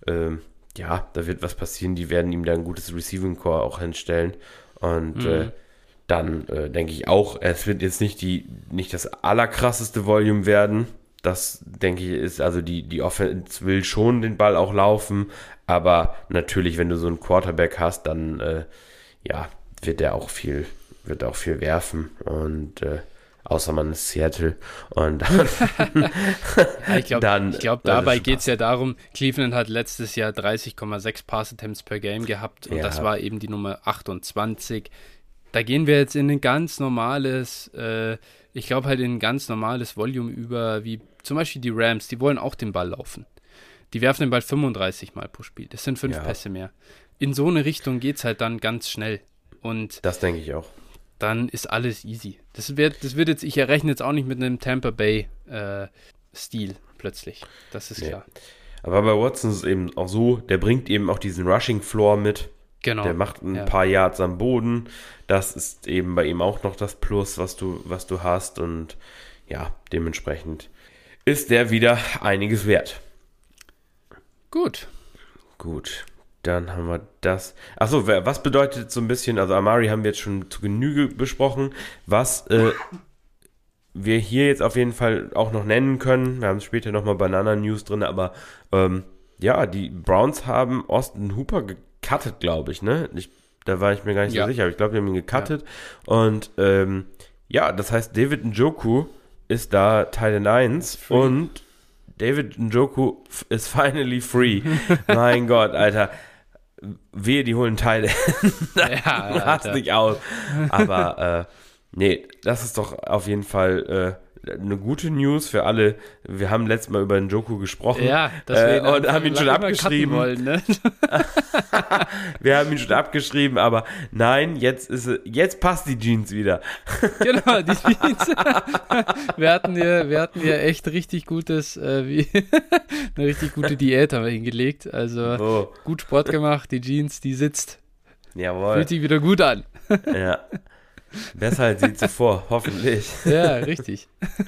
Da wird was passieren, die werden ihm da ein gutes Receiving Core auch hinstellen. Und dann denke ich auch, es wird jetzt nicht das allerkrasseste Volume werden. Das, denke ich, ist, also die Offense will schon den Ball auch laufen, aber natürlich, wenn du so einen Quarterback hast, dann wird er auch viel werfen und außer man ist Seattle und dann ich glaube, dabei geht es ja darum, Cleveland hat letztes Jahr 30,6 Pass-Attempts per Game gehabt und das war eben die Nummer 28. Da gehen wir jetzt in ein ganz normales, ich glaube halt in ein ganz normales Volume über, wie zum Beispiel die Rams, die wollen auch den Ball laufen. Die werfen den Ball 35 Mal pro Spiel, das sind 5 Pässe mehr. In so eine Richtung geht es halt dann ganz schnell. Und das denke ich auch. Dann ist alles easy. Das wird jetzt, ich errechne jetzt auch nicht mit einem Tampa Bay Stil plötzlich. Das ist klar. Aber bei Watson ist es eben auch so, der bringt eben auch diesen Rushing Floor mit. Genau. Der macht ein paar Yards am Boden. Das ist eben bei ihm auch noch das Plus, was du hast. Und ja, dementsprechend ist der wieder einiges wert. Gut, dann haben wir das. Achso, was bedeutet so ein bisschen, also Amari haben wir jetzt schon zu Genüge besprochen, was wir hier jetzt auf jeden Fall auch noch nennen können. Wir haben später nochmal Banana-News drin, aber ja, die Browns haben Austin Hooper gecuttet, glaube ich, ne? Da war ich mir gar nicht so sicher, aber ich glaube, die haben ihn gecuttet. Ja. Und ja, das heißt, David Njoku ist da Tight 1 und David Njoku ist finally free. Mein Gott, Alter. Wehe, die holen Teile. Lass nicht aus. Aber nee, das ist doch auf jeden Fall eine gute News für alle. Wir haben letztes Mal über Njoku gesprochen. Ja, und haben ihn schon abgeschrieben. Wollen, ne? Wir haben ihn schon abgeschrieben, aber nein, jetzt passt die Jeans wieder. Genau, die Jeans. Wir hatten ja echt richtig gutes, eine richtig gute Diät haben wir hingelegt. Also gut Sport gemacht, die Jeans, die sitzt. Jawohl. Fühlt sich wieder gut an. Ja. Besser als je zuvor, hoffentlich. Ja, richtig.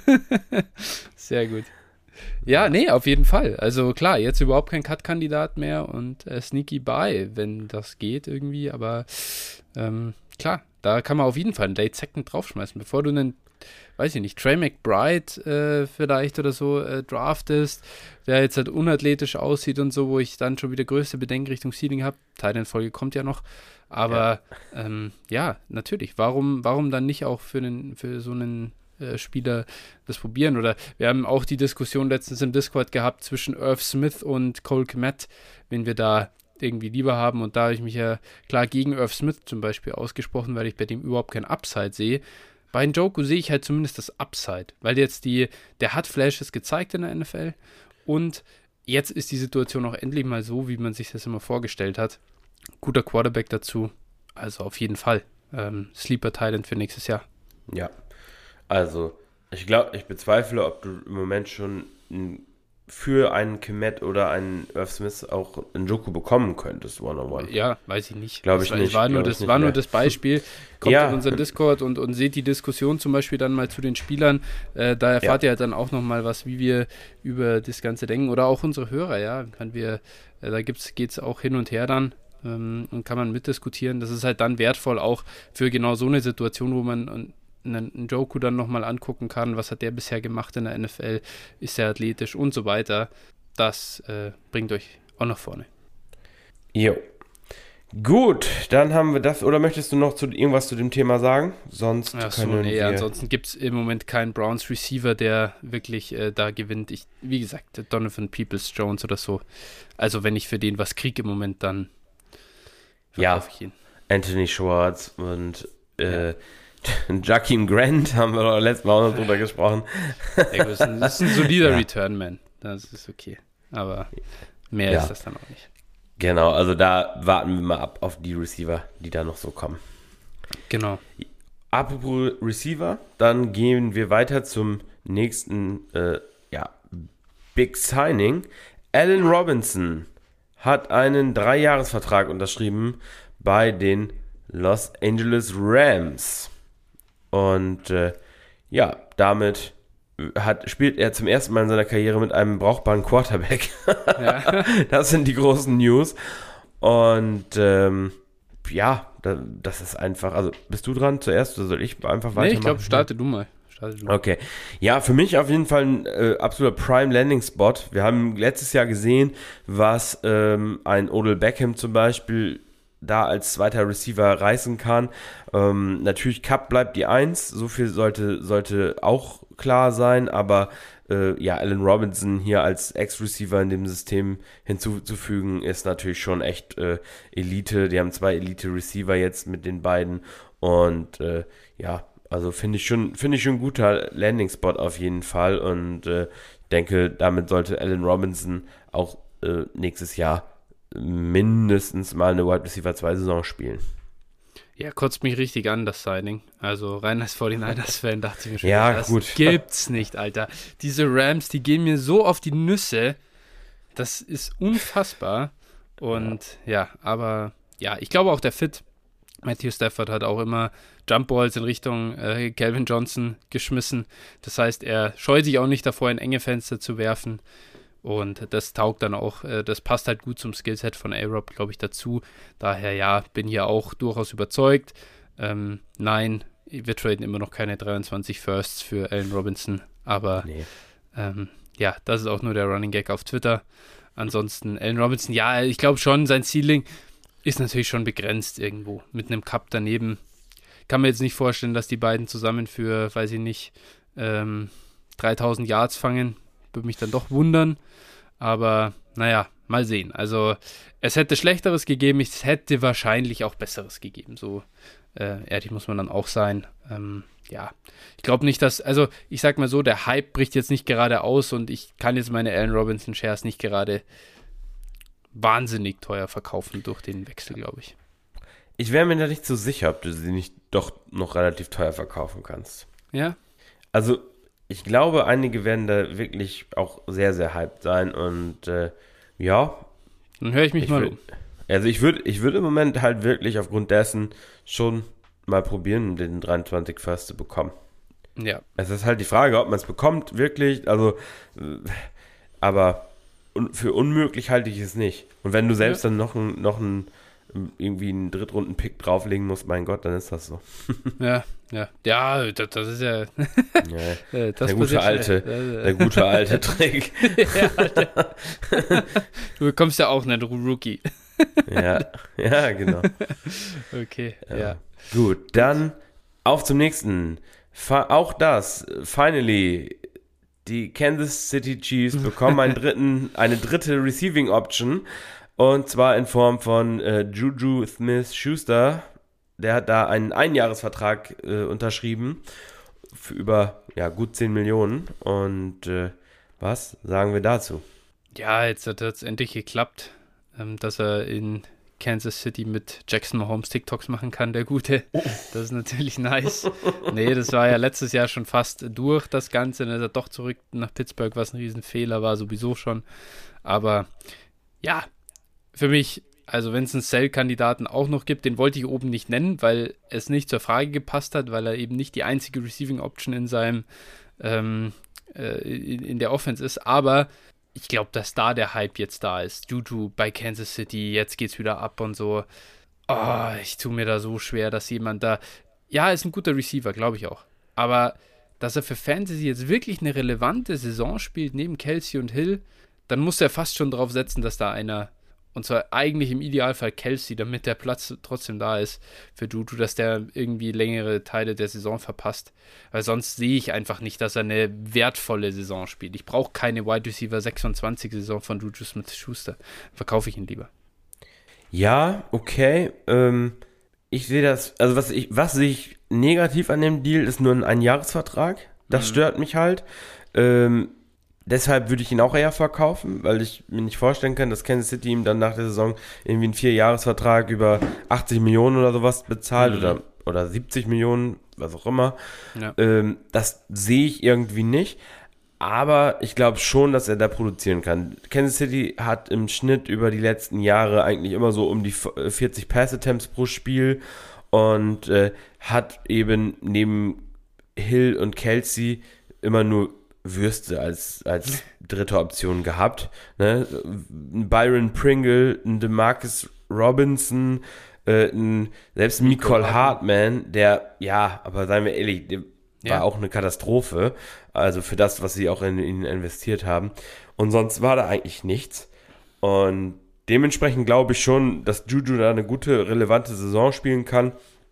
Sehr gut. Ja, nee, auf jeden Fall. Also klar, jetzt überhaupt kein Cut-Kandidat mehr und sneaky buy, wenn das geht irgendwie. Aber klar, da kann man auf jeden Fall einen Late Second draufschmeißen, bevor du einen, weiß ich nicht, Trey McBride vielleicht oder so draftest, der jetzt halt unathletisch aussieht und so, wo ich dann schon wieder größte Bedenken Richtung Ceiling habe. Titan-Folge kommt ja noch. Aber ja, natürlich. Warum dann nicht auch für so einen Spieler das probieren? Oder wir haben auch die Diskussion letztens im Discord gehabt zwischen Irv Smith und Cole Kmet, wen wir da irgendwie lieber haben. Und da habe ich mich ja klar gegen Irv Smith zum Beispiel ausgesprochen, weil ich bei dem überhaupt kein Upside sehe. Bei Njoku sehe ich halt zumindest das Upside, weil jetzt der hat Flashes gezeigt in der NFL und jetzt ist die Situation auch endlich mal so, wie man sich das immer vorgestellt hat. Guter Quarterback dazu, also auf jeden Fall. Sleeper Talent für nächstes Jahr. Ja, also ich bezweifle, ob du im Moment schon für einen Kmet oder einen Irv Smith auch einen Njoku bekommen könntest, one-on-one. Ja, weiß ich nicht. Glaube ich nicht. War nur das Beispiel. Kommt in unseren Discord und seht die Diskussion zum Beispiel dann mal zu den Spielern. Da erfahrt ihr halt dann auch nochmal was, wie wir über das Ganze denken. Oder auch unsere Hörer, ja. Da geht's auch hin und her dann. Und kann man mitdiskutieren. Das ist halt dann wertvoll auch für genau so eine Situation, wo man einen Njoku dann nochmal angucken kann, was hat der bisher gemacht in der NFL, ist er athletisch und so weiter. Das bringt euch auch nach vorne. Jo. Gut, dann haben wir das. Oder möchtest du noch irgendwas zu dem Thema sagen? Sonst ansonsten gibt es im Moment keinen Browns Receiver, der wirklich da gewinnt. Wie gesagt, Donovan Peoples-Jones oder so. Also wenn ich für den was kriege im Moment, dann verkaufe ich ihn. Anthony Schwartz und Jakeem Grant haben wir doch letztes Mal auch noch drüber gesprochen. Ja, das ist ein solider Return, man. Das ist okay. Aber mehr ist das dann auch nicht. Genau, also da warten wir mal ab auf die Receiver, die da noch so kommen. Genau. Apropos Receiver, dann gehen wir weiter zum nächsten Big Signing. Allen Robinson hat einen 3-Jahres-Vertrag unterschrieben bei den Los Angeles Rams. Und damit spielt er zum ersten Mal in seiner Karriere mit einem brauchbaren Quarterback. Ja. Das sind die großen News. Und das ist einfach, also bist du dran zuerst oder soll ich einfach weitermachen? Nee, ich glaube, starte du mal. Okay. Ja, für mich auf jeden Fall ein absoluter Prime-Landing-Spot. Wir haben letztes Jahr gesehen, was ein Odell Beckham zum Beispiel da als zweiter Receiver reißen kann. Natürlich Cup bleibt die 1, so viel sollte auch klar sein, aber Allen Robinson hier als Ex-Receiver in dem System hinzuzufügen, ist natürlich schon echt Elite. Die haben 2 Elite-Receiver jetzt mit den beiden und also finde ich schon ein guter Landing-Spot auf jeden Fall und denke, damit sollte Allen Robinson auch nächstes Jahr mindestens mal eine Wide Receiver 2 Saison spielen. Ja, kotzt mich richtig an, das Signing. Also rein als 49ers-Fan dachte ich mir schon, das gibt's nicht, Alter. Diese Rams, die gehen mir so auf die Nüsse. Das ist unfassbar. Und aber ich glaube auch der Fit Matthew Stafford hat auch immer Jumpballs in Richtung Calvin Johnson geschmissen. Das heißt, er scheut sich auch nicht davor, in enge Fenster zu werfen. Und das taugt dann auch, das passt halt gut zum Skillset von A-Rob, glaube ich, dazu. Daher, ja, bin hier auch durchaus überzeugt. Nein, wir traden immer noch keine 23 Firsts für Allen Robinson. Aber ja, das ist auch nur der Running Gag auf Twitter. Ansonsten, Allen Robinson, ja, ich glaube schon, sein Ceiling ist natürlich schon begrenzt irgendwo. Mit einem Cup daneben. Kann mir jetzt nicht vorstellen, dass die beiden zusammen für, weiß ich nicht, 3000 Yards fangen. Würde mich dann doch wundern. Aber, naja, mal sehen. Also, es hätte Schlechteres gegeben. Es hätte wahrscheinlich auch Besseres gegeben. So ehrlich muss man dann auch sein. Ja, ich glaube nicht, dass, also ich sag mal so, der Hype bricht jetzt nicht gerade aus und ich kann jetzt meine Allen Robinson Shares nicht gerade wahnsinnig teuer verkaufen durch den Wechsel, glaube ich. Ich wäre mir da nicht so sicher, ob du sie nicht doch noch relativ teuer verkaufen kannst. Ja? Also, ich glaube, einige werden da wirklich auch sehr, sehr hyped sein und ja. Dann höre ich mich mal um. Also ich würde im Moment halt wirklich aufgrund dessen schon mal probieren, den 23 First zu bekommen. Ja. Es ist halt die Frage, ob man es bekommt, wirklich, also, aber für unmöglich halte ich es nicht. Und wenn du selbst dann noch irgendwie einen Drittrunden-Pick drauflegen musst, mein Gott, dann ist das so. Ja, das ist ja der gute alte Trick. Du bekommst ja auch einen Rookie. ja, genau. Okay, ja. Gut, dann auf zum nächsten. Auch das, finally, die Kansas City Chiefs bekommen eine dritte Receiving Option und zwar in Form von Juju Smith-Schuster. Der hat da einen Einjahresvertrag unterschrieben für über gut 10 Millionen und was sagen wir dazu? Ja, jetzt hat es endlich geklappt, dass er in Kansas City mit Jackson Mahomes TikToks machen kann, der Gute. Das ist natürlich nice. Nee, das war ja letztes Jahr schon fast durch, das Ganze. Dann ist er doch zurück nach Pittsburgh, was ein Riesenfehler war, sowieso schon. Aber ja, für mich, also wenn es einen Sell-Kandidaten auch noch gibt, den wollte ich oben nicht nennen, weil es nicht zur Frage gepasst hat, weil er eben nicht die einzige Receiving-Option in seinem in der Offense ist. Aber ich glaube, dass da der Hype jetzt da ist. Juju bei Kansas City, jetzt geht's wieder ab und so. Oh, ich tue mir da so schwer, dass jemand da... Ja, ist ein guter Receiver, glaube ich auch. Aber dass er für Fantasy jetzt wirklich eine relevante Saison spielt, neben Kelce und Hill, dann muss er fast schon drauf setzen, dass da einer... Und zwar eigentlich im Idealfall Kelce, damit der Platz trotzdem da ist für Juju, dass der irgendwie längere Teile der Saison verpasst. Weil sonst sehe ich einfach nicht, dass er eine wertvolle Saison spielt. Ich brauche keine Wide Receiver 26 Saison von Juju Smith-Schuster. Verkaufe ich ihn lieber. Ja, okay. Ich sehe das, also was sehe ich negativ an dem Deal, ist nur ein Einjahresvertrag. Das stört mich halt. Deshalb würde ich ihn auch eher verkaufen, weil ich mir nicht vorstellen kann, dass Kansas City ihm dann nach der Saison irgendwie einen 4-Jahres-Vertrag über 80 Millionen oder sowas bezahlt oder 70 Millionen, was auch immer. Ja. Das sehe ich irgendwie nicht. Aber ich glaube schon, dass er da produzieren kann. Kansas City hat im Schnitt über die letzten Jahre eigentlich immer so um die 40 Pass-Attempts pro Spiel und hat eben neben Hill und Kelce immer nur Würste als dritte Option gehabt. Ne? Byron Pringle, ein DeMarcus Robinson, selbst Mecole Hardman, der, aber seien wir ehrlich, der war auch eine Katastrophe. Also für das, was sie auch in ihn investiert haben. Und sonst war da eigentlich nichts. Und dementsprechend glaube ich schon, dass Juju da eine gute, relevante Saison spielen kann.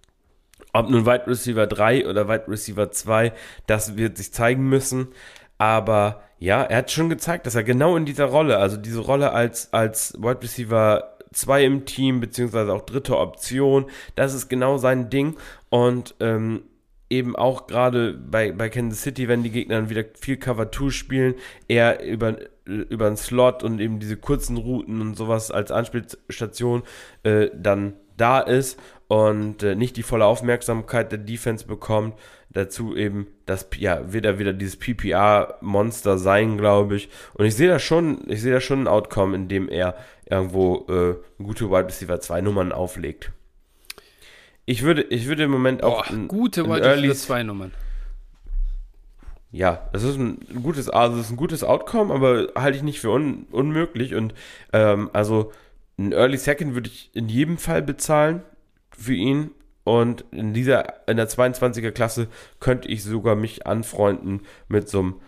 Ob nun Wide Receiver 3 oder Wide Receiver 2, das wird sich zeigen müssen. Aber ja, er hat schon gezeigt, dass er genau in dieser Rolle, also diese Rolle als Wide Receiver 2 im Team, beziehungsweise auch dritte Option, das ist genau sein Ding. Und eben auch gerade bei Kansas City, wenn die Gegner dann wieder viel Cover 2 spielen, er über einen Slot und eben diese kurzen Routen und sowas als Anspielstation dann da ist und nicht die volle Aufmerksamkeit der Defense bekommt. Dazu eben, wird er wieder dieses PPR-Monster sein, glaube ich. Und ich sehe da schon ein Outcome, in dem er irgendwo gute Wide Receiver 2 Nummern auflegt. Ich würde im Moment auch gute Wide Receiver 2 Nummern. Ja, das ist ein gutes Outcome, aber halte ich nicht für unmöglich. Und also ein Early Second würde ich in jedem Fall bezahlen für ihn. Und in der 22er Klasse könnte ich sogar mich anfreunden mit so einem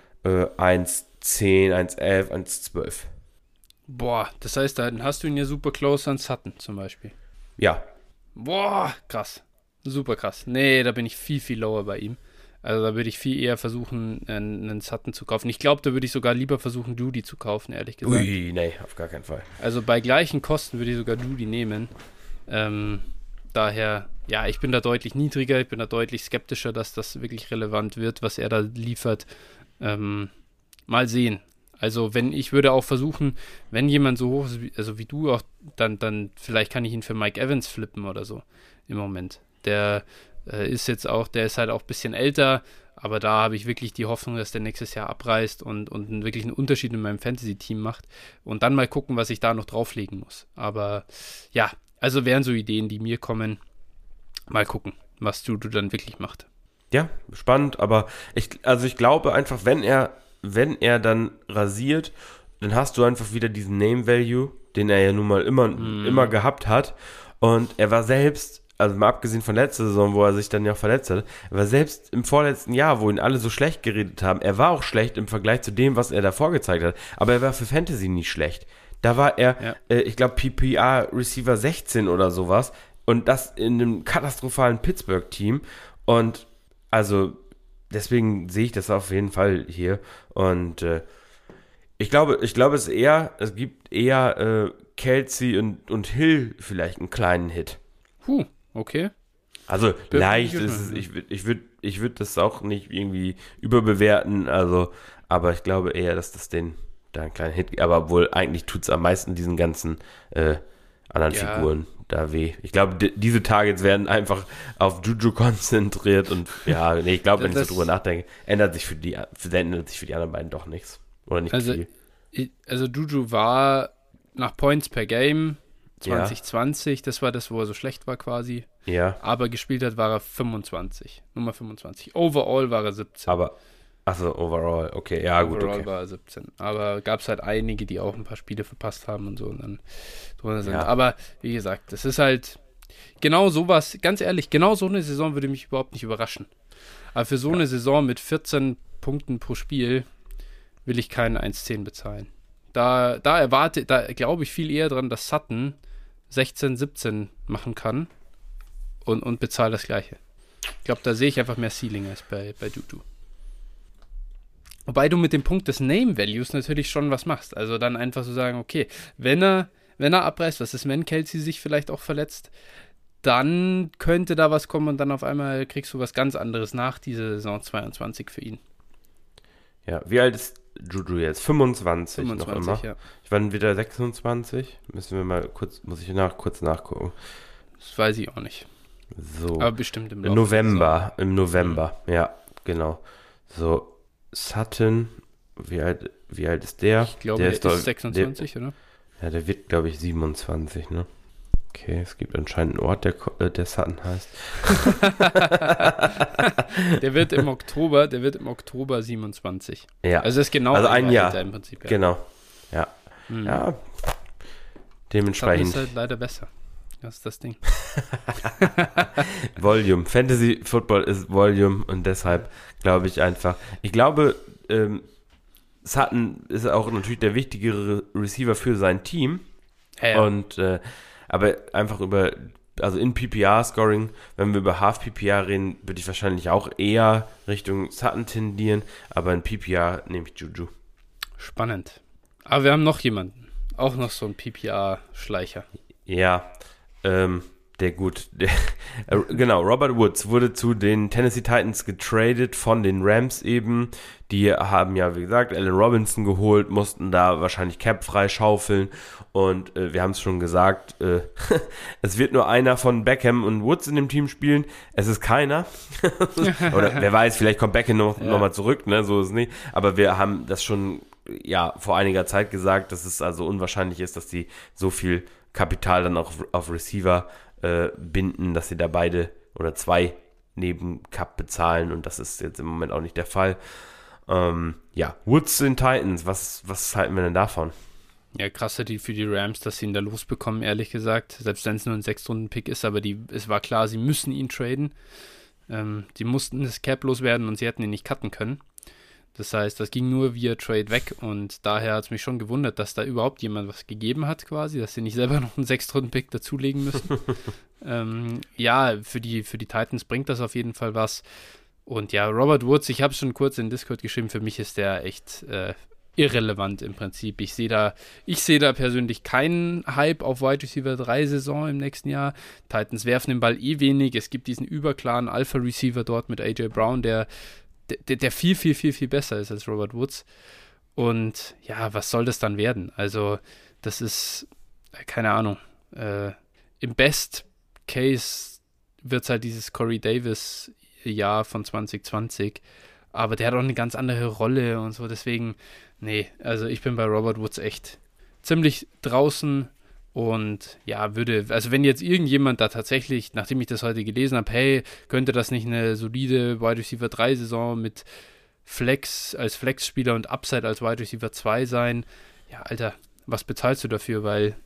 1,10, 1,11, 1,12. Boah, das heißt, dann hast du ihn ja super close an Sutton zum Beispiel. Ja. Boah, krass. Super krass. Nee, da bin ich viel, viel lower bei ihm. Also da würde ich viel eher versuchen, einen Sutton zu kaufen. Ich glaube, da würde ich sogar lieber versuchen, Doody zu kaufen, ehrlich gesagt. Ui, nee, auf gar keinen Fall. Also bei gleichen Kosten würde ich sogar Doody nehmen. Daher, ja, ich bin da deutlich niedriger, ich bin da deutlich skeptischer, dass das wirklich relevant wird, was er da liefert. Mal sehen. Also ich würde auch versuchen, wenn jemand so hoch ist, also wie du auch, dann vielleicht kann ich ihn für Mike Evans flippen oder so im Moment. Der ist halt auch ein bisschen älter, aber da habe ich wirklich die Hoffnung, dass der nächstes Jahr abreißt und wirklich einen Unterschied in meinem Fantasy-Team macht und dann mal gucken, was ich da noch drauflegen muss. Aber ja, also wären so Ideen, die mir kommen. Mal gucken, was du dann wirklich machst. Ja, spannend, aber ich glaube einfach, wenn er dann rasiert, dann hast du einfach wieder diesen Name-Value, den er ja nun mal immer gehabt hat. Und er war selbst, also mal abgesehen von letzter Saison, wo er sich dann ja auch verletzt hat, er war selbst im vorletzten Jahr, wo ihn alle so schlecht geredet haben, er war auch schlecht im Vergleich zu dem, was er davor gezeigt hat. Aber er war für Fantasy nicht schlecht. Da war er, ich glaube, PPR Receiver 16 oder sowas. Und das in einem katastrophalen Pittsburgh-Team. Und also deswegen sehe ich das auf jeden Fall hier. Und ich glaube, es gibt eher Kelsey und Hill vielleicht einen kleinen Hit. Okay. Also leicht ist es, ich würd das auch nicht irgendwie überbewerten, also, aber ich glaube eher, dass das den da einen kleinen Hit, aber obwohl eigentlich tut es am meisten diesen ganzen anderen Figuren da weh. Ich glaube, diese Targets werden einfach auf Juju konzentriert und ich glaube, wenn ich so drüber nachdenke, ändert sich für die anderen beiden doch nichts. Oder nicht viel. Also Juju war nach Points per Game 2020, das war das, wo er so schlecht war quasi. Ja. Aber gespielt hat, war er Nummer 25. Overall war er 17. Overall, okay, ja gut, Overall war er 17. Aber gab es halt einige, die auch ein paar Spiele verpasst haben und so und dann drunter sind. Ja. Aber wie gesagt, das ist halt genau sowas, ganz ehrlich, genau so eine Saison würde mich überhaupt nicht überraschen. Aber für so eine Saison mit 14 Punkten pro Spiel will ich keinen 1,10 bezahlen. Da glaube ich viel eher dran, dass Sutton 16, 17 machen kann und bezahle das Gleiche. Ich glaube, da sehe ich einfach mehr Ceiling als bei Juju. Wobei du mit dem Punkt des Name Values natürlich schon was machst. Also dann einfach so sagen, okay, wenn er abreißt, was ist, wenn Kelsey sich vielleicht auch verletzt, dann könnte da was kommen und dann auf einmal kriegst du was ganz anderes nach dieser Saison 22 für ihn. Ja, wie alt ist Juju jetzt? 25 noch immer. Ja. Ich war wieder 26. Muss ich kurz nachgucken. Das weiß ich auch nicht. So. Aber bestimmt im November. Im November, ja, genau. So, Sutton, wie alt ist der? Ich glaube, der ist 26, oder? Ja, der wird, glaube ich, 27, ne? Okay, es gibt anscheinend einen Ort, der Sutton heißt. Der wird im Oktober 27. Ja. Also das ist genau ein Jahr im Prinzip. Ja. Genau. Ja. Ja. Dementsprechend. Das ist halt leider besser. Das ist das Ding. Volume. Fantasy Football ist Volume und deshalb glaube ich einfach. Ich glaube, Sutton ist auch natürlich der wichtigere Receiver für sein Team. Ja. Und aber einfach in PPR-Scoring, wenn wir über Half-PPR reden, würde ich wahrscheinlich auch eher Richtung Sutton tendieren, aber in PPR nehme ich Juju. Spannend. Aber wir haben noch jemanden. Auch noch so ein PPR-Schleicher. Ja, genau, Robert Woods wurde zu den Tennessee Titans getradet von den Rams eben. Die haben ja, wie gesagt, Allen Robinson geholt, mussten da wahrscheinlich Cap freischaufeln und wir haben es schon gesagt, es wird nur einer von Beckham und Woods in dem Team spielen. Es ist keiner. Oder wer weiß, vielleicht kommt Beckham noch mal zurück, ne? So ist es nicht. Aber wir haben das schon vor einiger Zeit gesagt, dass es also unwahrscheinlich ist, dass die so viel Kapital dann auch auf Receiver binden, dass sie da beide oder 2 neben Cup bezahlen und das ist jetzt im Moment auch nicht der Fall. Woods in Titans, was halten wir denn davon? Ja, krass für die Rams, dass sie ihn da losbekommen, ehrlich gesagt. Selbst wenn es nur ein 6-Runden-Pick ist, aber es war klar, sie müssen ihn traden. Die mussten das Cap loswerden und sie hätten ihn nicht cutten können. Das heißt, das ging nur via Trade weg und daher hat es mich schon gewundert, dass da überhaupt jemand was gegeben hat quasi, dass sie nicht selber noch einen 6-Runden-Pick dazulegen müssen. Für die Titans bringt das auf jeden Fall was. Und ja, Robert Woods, ich habe es schon kurz in Discord geschrieben, für mich ist der echt irrelevant im Prinzip. Ich sehe da persönlich keinen Hype auf Wide Receiver 3 Saison im nächsten Jahr. Titans werfen den Ball wenig. Es gibt diesen überklaren Alpha Receiver dort mit AJ Brown, der viel, viel, viel, viel besser ist als Robert Woods. Und ja, was soll das dann werden? Also, das ist, keine Ahnung, im Best Case wird es halt dieses Corey Davis Jahr von 2020, aber der hat auch eine ganz andere Rolle und so, deswegen, nee, also ich bin bei Robert Woods echt ziemlich draußen und ja, also wenn jetzt irgendjemand da tatsächlich, nachdem ich das heute gelesen habe, hey, könnte das nicht eine solide Wide Receiver 3 Saison mit Flex als Flex-Spieler und Upside als Wide Receiver 2 sein, ja, Alter, was bezahlst du dafür, weil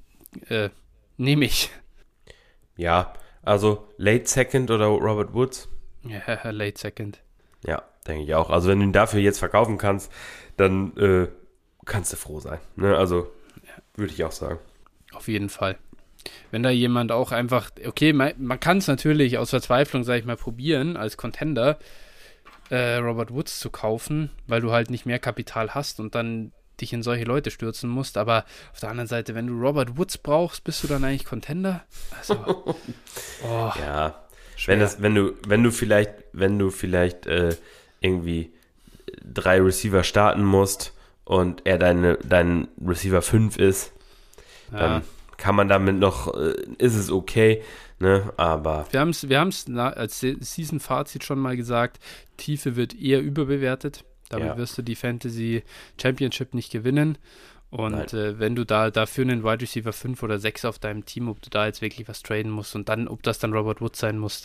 nehme ich. Ja, also Late Second oder Robert Woods? Ja, Late Second. Ja, denke ich auch. Also wenn du ihn dafür jetzt verkaufen kannst, dann kannst du froh sein. Ne? Also würde ich auch sagen. Auf jeden Fall. Wenn da jemand auch einfach, okay, man kann es natürlich aus Verzweiflung, sage ich mal, probieren, als Contender Robert Woods zu kaufen, weil du halt nicht mehr Kapital hast und dann dich in solche Leute stürzen musst, aber auf der anderen Seite, wenn du Robert Woods brauchst, bist du dann eigentlich Contender? Also, ja, wenn du vielleicht irgendwie 3 Receiver starten musst und er dein Receiver 5 ist, dann kann man damit noch, ist es okay, ne, aber... Wir haben es als Season-Fazit schon mal gesagt, Tiefe wird eher überbewertet. Damit wirst du die Fantasy Championship nicht gewinnen. Und wenn du dafür einen Wide Receiver 5 oder 6 auf deinem Team, ob du da jetzt wirklich was traden musst und dann, ob das dann Robert Woods sein muss,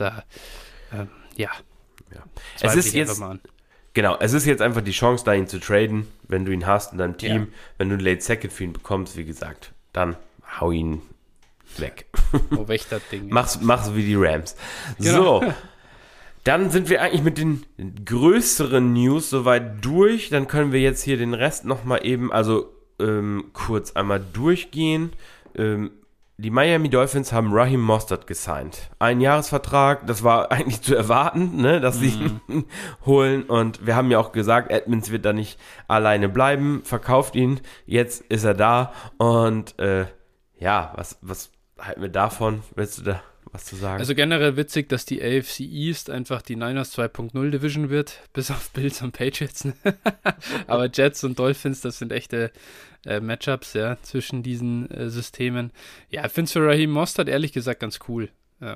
Es ist jetzt, genau, es ist jetzt einfach die Chance, da ihn zu traden, wenn du ihn hast in deinem Team. Ja. Wenn du einen Late Second für ihn bekommst, wie gesagt, dann hau ihn weg. Oh, weg das Ding. Mach's wie die Rams. Genau. So. Dann sind wir eigentlich mit den größeren News soweit durch. Dann können wir jetzt hier den Rest nochmal eben, kurz einmal durchgehen. Die Miami Dolphins haben Raheem Mostert gesigned. 1-Jahresvertrag, das war eigentlich zu erwarten, ne, dass sie ihn holen. Und wir haben ja auch gesagt, Edmonds wird da nicht alleine bleiben, verkauft ihn. Jetzt ist er da. Und was halten wir davon? Willst du da was zu sagen? Also generell witzig, dass die AFC East einfach die Niners 2.0 Division wird, bis auf Bills und Patriots. Aber Jets und Dolphins, das sind echte Matchups, ja, zwischen diesen Systemen. Ja, ich finde es für Raheem Mostert ehrlich gesagt ganz cool.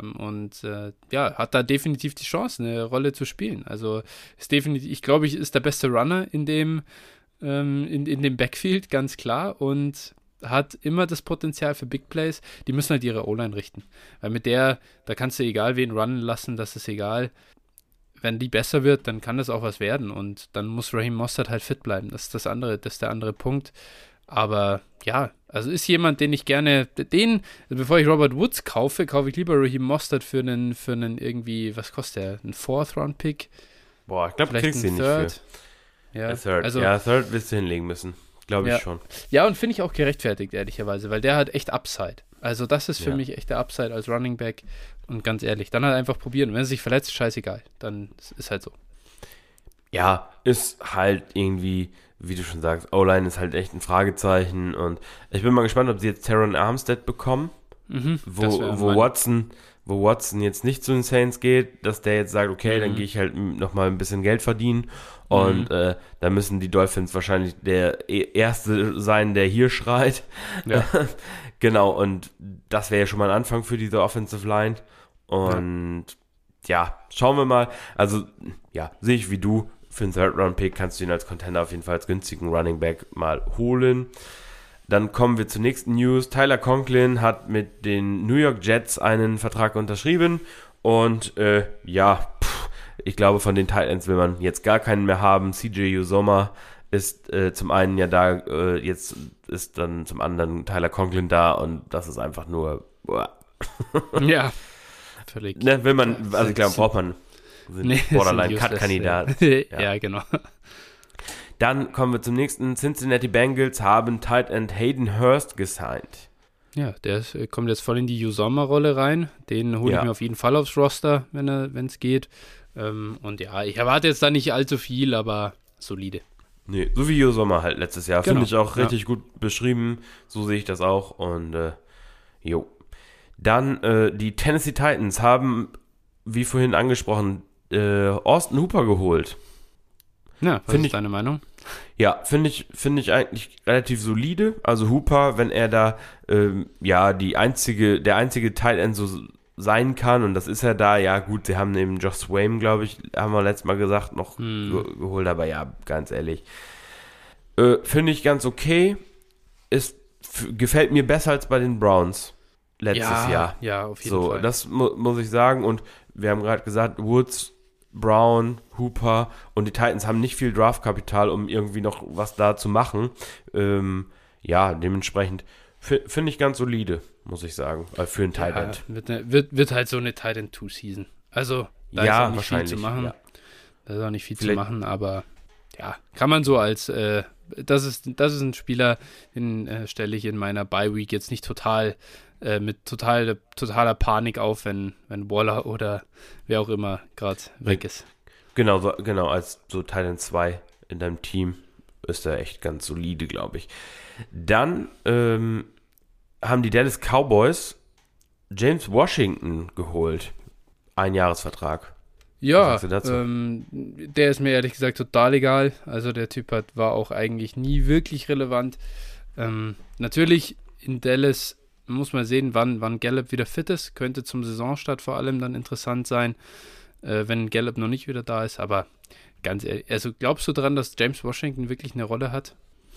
Hat da definitiv die Chance, eine Rolle zu spielen. Also ist definitiv, ich glaube, ist der beste Runner in dem Backfield, ganz klar. Und hat immer das Potenzial für Big Plays. Die müssen halt ihre O-Line richten. Weil mit da kannst du egal wen runnen lassen, das ist egal. Wenn die besser wird, dann kann das auch was werden. Und dann muss Raheem Mostert halt fit bleiben. Das ist der andere Punkt. Aber ja, also ist jemand, den ich gerne, bevor ich Robert Woods kaufe ich lieber Raheem Mostert für einen irgendwie, was kostet der? Ein 4th-Round-Pick? Boah, ich glaube, du kriegst ihn nicht für. Ja, Third wirst du hinlegen müssen. Glaube ich schon. Ja, und finde ich auch gerechtfertigt, ehrlicherweise, weil der hat echt Upside. Also das ist für mich echt der Upside als Running Back. Und ganz ehrlich, dann halt einfach probieren. Wenn er sich verletzt, scheißegal. Dann ist halt so. Ja, ist halt irgendwie, wie du schon sagst, O-Line ist halt echt ein Fragezeichen. Und ich bin mal gespannt, ob sie jetzt Teron Armstead bekommen, wo Watson jetzt nicht zu den Saints geht, dass der jetzt sagt, okay, dann gehe ich halt nochmal ein bisschen Geld verdienen. Und da müssen die Dolphins wahrscheinlich der Erste sein, der hier schreit. Ja. Genau, und das wäre ja schon mal ein Anfang für diese Offensive Line. Und schauen wir mal. Also, sehe ich wie du. Für einen Third-Round-Pick kannst du ihn als Contender auf jeden Fall als günstigen Running Back mal holen. Dann kommen wir zur nächsten News. Tyler Conklin hat mit den New York Jets einen Vertrag unterschrieben und ich glaube, von den Tight Ends will man jetzt gar keinen mehr haben. CJ Uzomah ist zum einen ja da, jetzt ist dann zum anderen Tyler Conklin da und das ist einfach nur ja, völlig. Ne, will man, also ich glaube, braucht man Borderline-Cut-Kandidat. Ja, genau. Dann kommen wir zum nächsten. Cincinnati Bengals haben Tight End Hayden Hurst gesigned. Ja, der kommt jetzt voll in die Uzomah-Rolle rein. Den hole ich mir auf jeden Fall aufs Roster, wenn es geht. Und ja, ich erwarte jetzt da nicht allzu viel, aber solide. Nee, so wie Uzomah halt letztes Jahr. Genau. Finde ich auch richtig gut beschrieben. So sehe ich das auch. Und Dann die Tennessee Titans haben, wie vorhin angesprochen, Austin Hooper geholt. Ja, was ist deine Meinung? Ja, finde ich eigentlich relativ solide. Also Hooper, wenn er da der einzige Tight End so sein kann, und das ist er da, ja gut, sie haben eben Josh Swaim, glaube ich, haben wir letztes Mal gesagt, noch geholt, aber ja, ganz ehrlich. Finde ich ganz okay. Gefällt mir besser als bei den Browns letztes Jahr. Ja, auf jeden Fall. So, das muss ich sagen, und wir haben gerade gesagt, Woods, Brown, Hooper und die Titans haben nicht viel Draftkapital, um irgendwie noch was da zu machen. Dementsprechend finde ich ganz solide, muss ich sagen, für einen Tight End. Wird halt so eine Tight End 2 Season. Also, da ist auch nicht viel zu machen. Ja. Da ist auch nicht viel zu machen, aber ja, kann man so als, das ist ein Spieler, den stelle ich in meiner Bye-Week jetzt nicht mit totaler Panik auf, wenn Waller oder wer auch immer gerade weg ist. Genau, als so Tight End 2 in deinem Team ist er echt ganz solide, glaube ich. Dann haben die Dallas Cowboys James Washington geholt. Einjahresvertrag. Ja, der ist mir ehrlich gesagt total egal. Also der Typ war auch eigentlich nie wirklich relevant. Natürlich in Dallas muss man sehen, wann Gallup wieder fit ist. Könnte zum Saisonstart vor allem dann interessant sein, wenn Gallup noch nicht wieder da ist. Aber ganz ehrlich, also glaubst du dran, dass James Washington wirklich eine Rolle hat?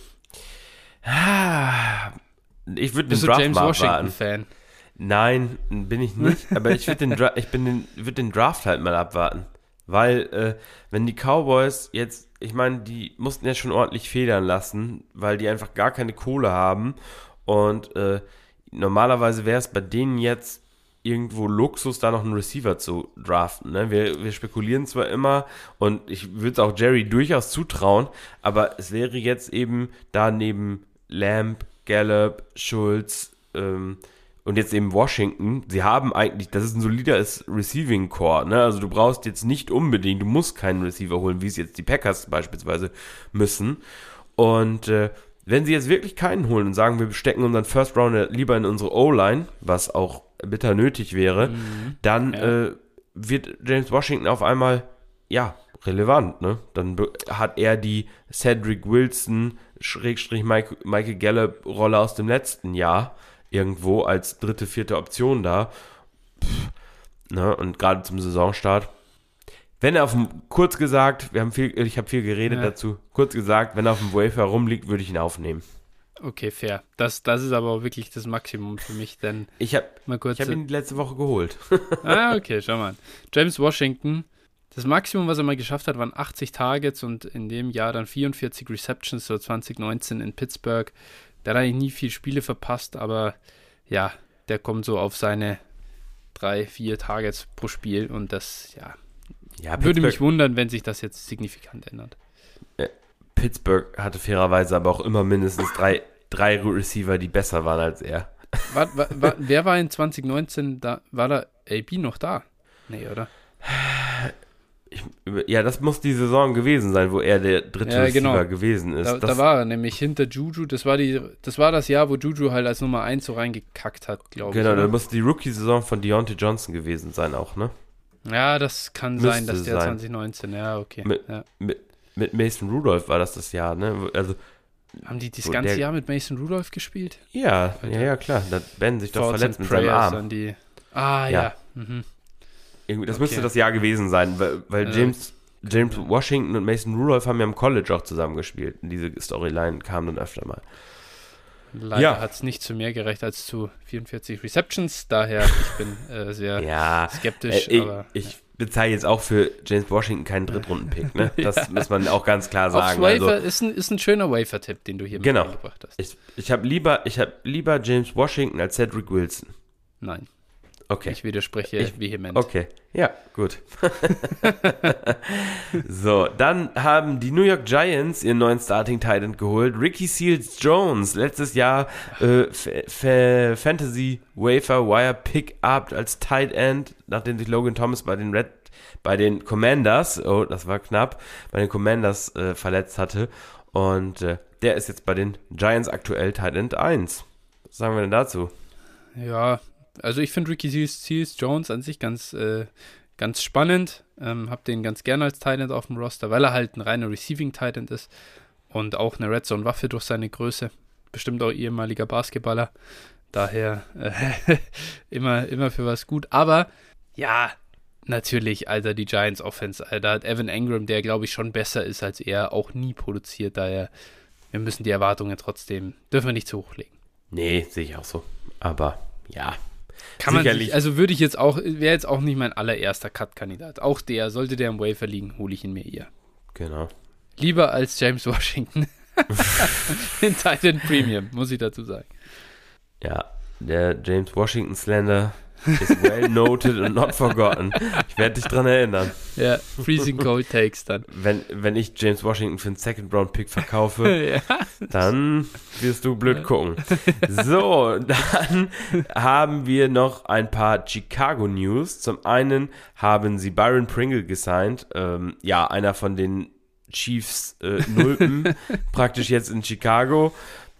Ich würde den Draft James mal Washington-Fan? Nein, bin ich nicht. Aber ich würde den Draft halt mal abwarten. Weil, wenn die Cowboys jetzt, ich meine, die mussten ja schon ordentlich federn lassen, weil die einfach gar keine Kohle haben. Und normalerweise wäre es bei denen jetzt irgendwo Luxus, da noch einen Receiver zu draften. Ne? Wir spekulieren zwar immer, und ich würde es auch Jerry durchaus zutrauen, aber es wäre jetzt eben da neben Lamb, Gallup, Schulz und jetzt eben Washington, sie haben eigentlich, das ist ein solider Receiving Core, ne? Also du brauchst jetzt nicht unbedingt, du musst keinen Receiver holen, wie es jetzt die Packers beispielsweise müssen. Und wenn sie jetzt wirklich keinen holen und sagen, wir stecken unseren First Rounder lieber in unsere O-Line, was auch bitter nötig wäre, dann wird James Washington auf einmal, relevant, ne? Dann hat er die Cedric Wilson Michael Gallup Rolle aus dem letzten Jahr irgendwo als 3., 4. Option da. Ne? Und gerade zum Saisonstart. Wenn er kurz gesagt, ich habe viel geredet dazu, kurz gesagt, wenn er auf dem Waiver rumliegt, würde ich ihn aufnehmen. Okay, fair. Das ist aber auch wirklich das Maximum für mich, denn ich habe ihn letzte Woche geholt. Okay, schau mal. James Washington, das Maximum, was er mal geschafft hat, waren 80 Targets und in dem Jahr dann 44 Receptions, so 2019 in Pittsburgh. Der hat eigentlich nie viele Spiele verpasst, aber ja, der kommt so auf seine 3-4 Targets pro Spiel und das, würde mich wundern, wenn sich das jetzt signifikant ändert. Pittsburgh hatte fairerweise aber auch immer mindestens drei Receiver, die besser waren als er. Wer war in 2019 da? War da AB noch da? Nee, oder? Das muss die Saison gewesen sein, wo er der dritte Receiver gewesen ist. Da war er nämlich hinter Juju. Das war das Jahr, wo Juju halt als Nummer 1 so reingekackt hat, glaube ich. Genau, da muss die Rookie-Saison von Deontay Johnson gewesen sein auch, ne? Ja, das kann sein, dass der 2019, okay. Mit Mason Rudolph war das Jahr, ne? Also, haben die das ganze Jahr mit Mason Rudolph gespielt? Ja, klar. Da hat Ben sich doch verletzt mit seinem Arm. Mhm. Das müsste das Jahr gewesen sein, weil James Washington und Mason Rudolph haben ja im College auch zusammen gespielt. Und diese Storyline kam dann öfter mal. Leider hat es nicht zu mehr gereicht als zu 44 Receptions, daher ich bin sehr skeptisch. Ich bezahle jetzt auch für James Washington keinen Drittrunden-Pick, ne? Das muss man auch ganz klar sagen. Aufs Wafer ist ein schöner Wafer-Tipp, den du hier mitgebracht hast. Ich habe lieber James Washington als Cedric Wilson. Nein. Okay. Ich widerspreche vehement. Okay, ja, gut. So, dann haben die New York Giants ihren neuen Starting Tight End geholt. Ricky Seals-Jones, letztes Jahr Fantasy Waiver Wire Pick-up als Tight End, nachdem sich Logan Thomas bei den Commanders, oh, das war knapp, bei den Commanders verletzt hatte. Und der ist jetzt bei den Giants aktuell Tight End 1. Was sagen wir denn dazu? Ja, also ich finde Ricky Seals-Jones an sich ganz spannend. Hab den ganz gerne als Tight End auf dem Roster, weil er halt ein reiner Receiving-Tight End ist und auch eine Red-Zone-Waffe durch seine Größe. Bestimmt auch ehemaliger Basketballer. Daher immer für was gut. Aber ja, natürlich, Alter, die Giants-Offense. Da hat Evan Engram, der glaube ich schon besser ist als er, auch nie produziert. Daher, wir müssen die Erwartungen trotzdem, dürfen wir nicht zu hoch legen. Nee, sehe ich auch so. Aber ja. Kann man sich, also wäre jetzt auch nicht mein allererster Cut-Kandidat. Auch sollte der im Waiver liegen, hole ich ihn mir eher. Genau. Lieber als James Washington. In Tight End Premium, muss ich dazu sagen. Ja, der James Washington Slender ist well noted und not forgotten. Ich werde dich dran erinnern. Ja, Freezing Cold Takes dann. Wenn ich James Washington für einen Second-Round-Pick verkaufe, dann wirst du blöd gucken. So, dann haben wir noch ein paar Chicago-News. Zum einen haben sie Byron Pringle gesigned. Einer von den Chiefs Nulpen, praktisch jetzt in Chicago.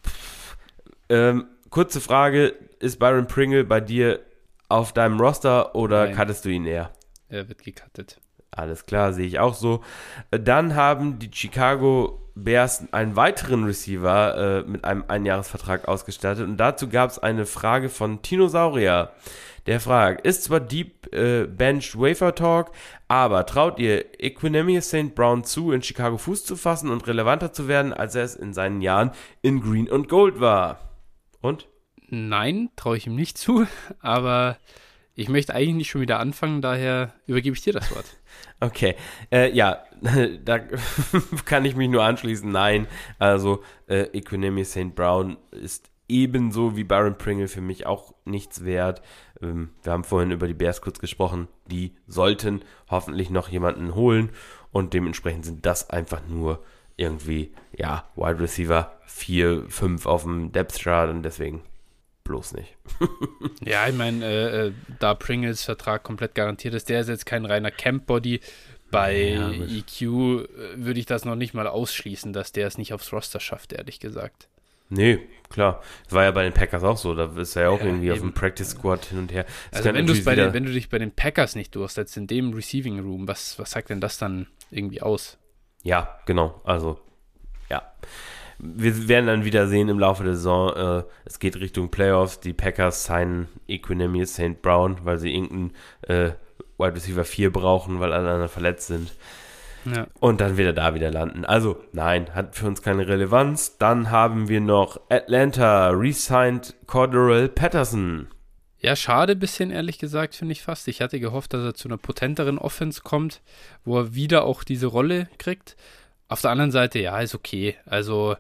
Kurze Frage, ist Byron Pringle bei dir auf deinem Roster oder cuttest du ihn eher? Er wird gecuttet. Alles klar, sehe ich auch so. Dann haben die Chicago Bears einen weiteren Receiver mit einem Einjahresvertrag ausgestattet und dazu gab es eine Frage von Tinosaurier. Der fragt, ist zwar Deep Bench Wafer Talk, aber traut ihr Equanimeous St. Brown zu, in Chicago Fuß zu fassen und relevanter zu werden, als er es in seinen Jahren in Green und Gold war? Und? Nein, traue ich ihm nicht zu, aber ich möchte eigentlich nicht schon wieder anfangen, daher übergebe ich dir das Wort. Okay, da kann ich mich nur anschließen, nein, also Equanimeous St. Brown ist ebenso wie Byron Pringle für mich auch nichts wert. Wir haben vorhin über die Bears kurz gesprochen, die sollten hoffentlich noch jemanden holen und dementsprechend sind das einfach nur irgendwie, Wide Receiver 4, 5 auf dem Depth Chart und deswegen bloß nicht. Ja, ich meine, da Pringles Vertrag komplett garantiert ist, der ist jetzt kein reiner Camp-Body. Bei EQ würde ich das noch nicht mal ausschließen, dass der es nicht aufs Roster schafft, ehrlich gesagt. Nee, klar. Das war ja bei den Packers auch so. Da ist er ja auch irgendwie auf dem Practice Squad hin und her. Also wenn du dich bei den Packers nicht durchsetzt, in dem Receiving Room, was sagt denn das dann irgendwie aus? Ja, genau. Also, ja. Wir werden dann wieder sehen im Laufe der Saison, es geht Richtung Playoffs, die Packers signen Equanimeous St. Brown, weil sie irgendeinen Wide Receiver 4 brauchen, weil alle anderen verletzt sind. Ja. Und dann wird er da wieder landen. Also, nein, hat für uns keine Relevanz. Dann haben wir noch Atlanta, re-signed Cordarrelle Patterson. Ja, schade bisschen, ehrlich gesagt, finde ich fast. Ich hatte gehofft, dass er zu einer potenteren Offense kommt, wo er wieder auch diese Rolle kriegt. Auf der anderen Seite, ja, ist okay. Also,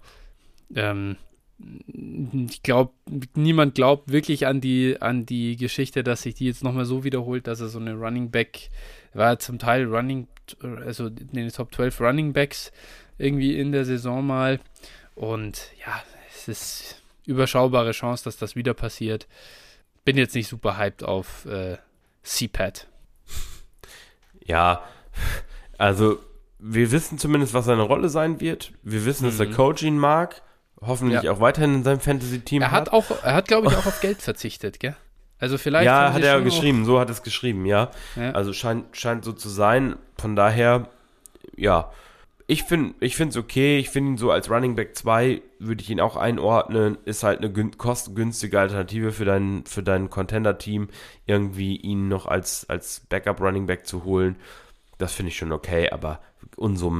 ich glaube, niemand glaubt wirklich an die Geschichte, dass sich die jetzt nochmal so wiederholt, dass er so eine Running Back, war zum Teil also in den Top 12 Running Backs irgendwie in der Saison mal. Und ja, es ist überschaubare Chance, dass das wieder passiert. Bin jetzt nicht super hyped auf CPAT. Ja, also wir wissen zumindest, was seine Rolle sein wird. Wir wissen, dass der Coach ihn mag. Hoffentlich auch weiterhin in seinem Fantasy-Team Er hat, glaube ich, auch auf Geld verzichtet, gell? Also vielleicht. Ja, hat er geschrieben. So hat es geschrieben, ja. Also scheint so zu sein. Von daher, ja. Ich finde es okay. Ich finde ihn so als Running Back 2 würde ich ihn auch einordnen. Ist halt eine kostengünstige Alternative für dein Contender-Team, irgendwie ihn noch als Backup Running Back zu holen. Das finde ich schon okay, aber Unsummen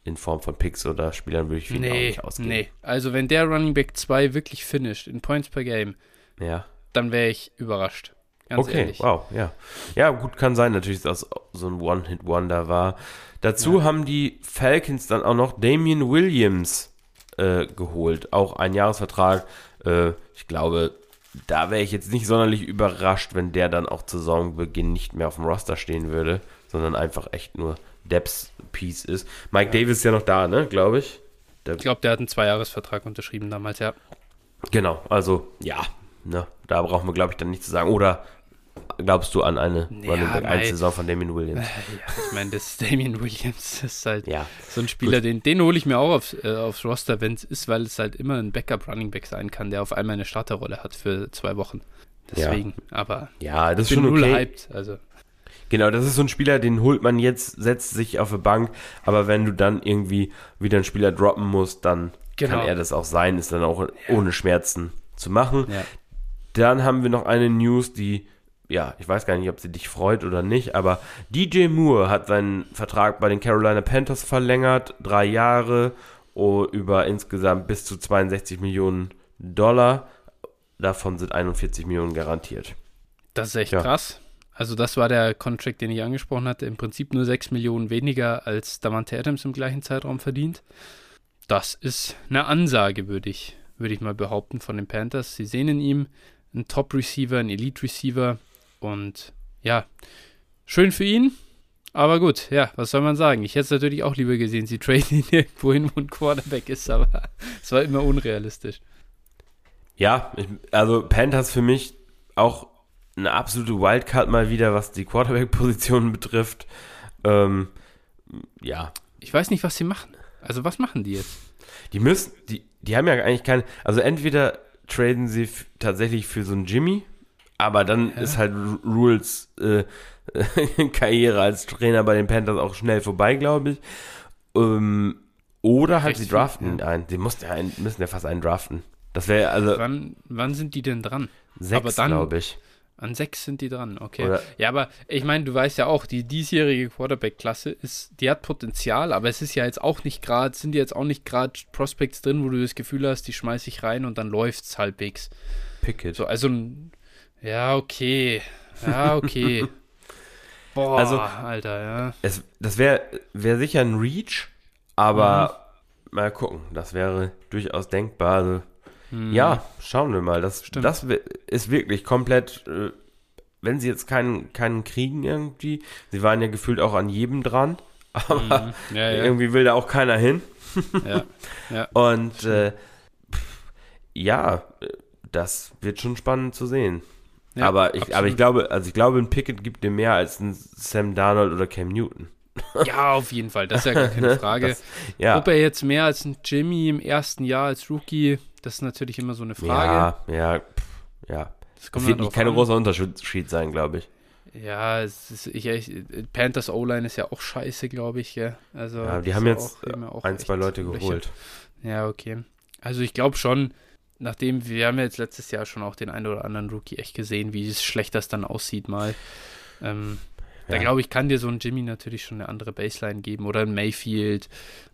in Form von Picks oder Spielern würde ich viel auch nicht ausgeben. Nee, also wenn der Running Back 2 wirklich finisht in Points per Game, dann wäre ich überrascht. Ganz ehrlich. Wow, ja. Ja, gut, kann sein natürlich, dass das so ein One-Hit-Wonder war. Dazu haben die Falcons dann auch noch Damian Williams geholt. Auch ein Jahresvertrag. Ich glaube, da wäre ich jetzt nicht sonderlich überrascht, wenn der dann auch zu Saisonbeginn nicht mehr auf dem Roster stehen würde, sondern einfach echt nur Depth-Piece ist. Mike Davis ist ja noch da, ne, glaube ich. Ich glaube, der hat einen 2-Jahres-Vertrag unterschrieben damals, ja. Genau, also, ja, ne, da brauchen wir, glaube ich, dann nicht zu sagen. Oder glaubst du an eine Saison von Damian Williams? Ich meine, das Damian Williams ist halt so ein Spieler, den hole ich mir auch aufs Roster, wenn es ist, weil es halt immer ein Backup-Running-Back sein kann, der auf einmal eine Starterrolle hat für 2 Wochen. Deswegen, aber das ist schon null hyped, also. Genau, das ist so ein Spieler, den holt man jetzt, setzt sich auf eine Bank, aber wenn du dann irgendwie wieder einen Spieler droppen musst, dann kann er das auch sein, ist dann auch ohne Schmerzen zu machen. Ja. Dann haben wir noch eine News, die, ich weiß gar nicht, ob sie dich freut oder nicht, aber DJ Moore hat seinen Vertrag bei den Carolina Panthers verlängert, 3 Jahre, über insgesamt bis zu $62 Millionen. Davon sind 41 Millionen garantiert. Das ist echt krass. Also das war der Contract, den ich angesprochen hatte. Im Prinzip nur 6 Millionen weniger, als Davante Adams im gleichen Zeitraum verdient. Das ist eine Ansage, würde ich mal behaupten, von den Panthers. Sie sehen in ihm einen Top-Receiver, einen Elite-Receiver. Und schön für ihn. Aber gut, was soll man sagen? Ich hätte es natürlich auch lieber gesehen, sie traden ihn irgendwo hin, wo ein Quarterback ist. Aber es war immer unrealistisch. Ja, also Panthers für mich auch eine absolute Wildcard mal wieder, was die Quarterback-Positionen betrifft. Ich weiß nicht, was sie machen. Also was machen die jetzt? Die haben ja eigentlich keine, also entweder traden sie tatsächlich für so einen Jimmy, aber dann ist halt Rules Karriere als Trainer bei den Panthers auch schnell vorbei, glaube ich. Oder halt sie draften einen. Sie müssen ja fast einen draften. Das wäre also. Wann sind die denn dran? 6, glaube ich. An 6 sind die dran, okay. Oder ja, aber ich meine, du weißt ja auch, die diesjährige Quarterback-Klasse die hat Potenzial, aber es ist ja jetzt auch nicht gerade, sind jetzt auch nicht gerade Prospects drin, wo du das Gefühl hast, die schmeiß ich rein und dann läuft's halbwegs. Pickett. So, also okay. Boah, also, Alter, das wäre sicher ein Reach, aber mal gucken, das wäre durchaus denkbar, also ja, schauen wir mal. Das ist wirklich komplett, wenn sie jetzt keinen kriegen irgendwie, sie waren ja gefühlt auch an jedem dran, aber irgendwie will da auch keiner hin. Ja. Und das wird schon spannend zu sehen. Ja, aber ich glaube, ein Pickett gibt dir mehr als ein Sam Darnold oder Cam Newton. Ja, auf jeden Fall, das ist ja gar keine Frage. Ob er jetzt mehr als ein Jimmy im ersten Jahr als Rookie, das ist natürlich immer so eine Frage. Ja. Das wird nicht kein großer Unterschied sein, glaube ich. Ja, Panthers O-Line ist ja auch scheiße, glaube ich. Ja. Also, die haben jetzt auch 2 Leute geholt. Ja, okay. Also ich glaube schon, wir haben ja jetzt letztes Jahr schon auch den einen oder anderen Rookie echt gesehen, wie schlecht das dann aussieht mal. Da glaube ich, kann dir so ein Jimmy natürlich schon eine andere Baseline geben oder ein Mayfield.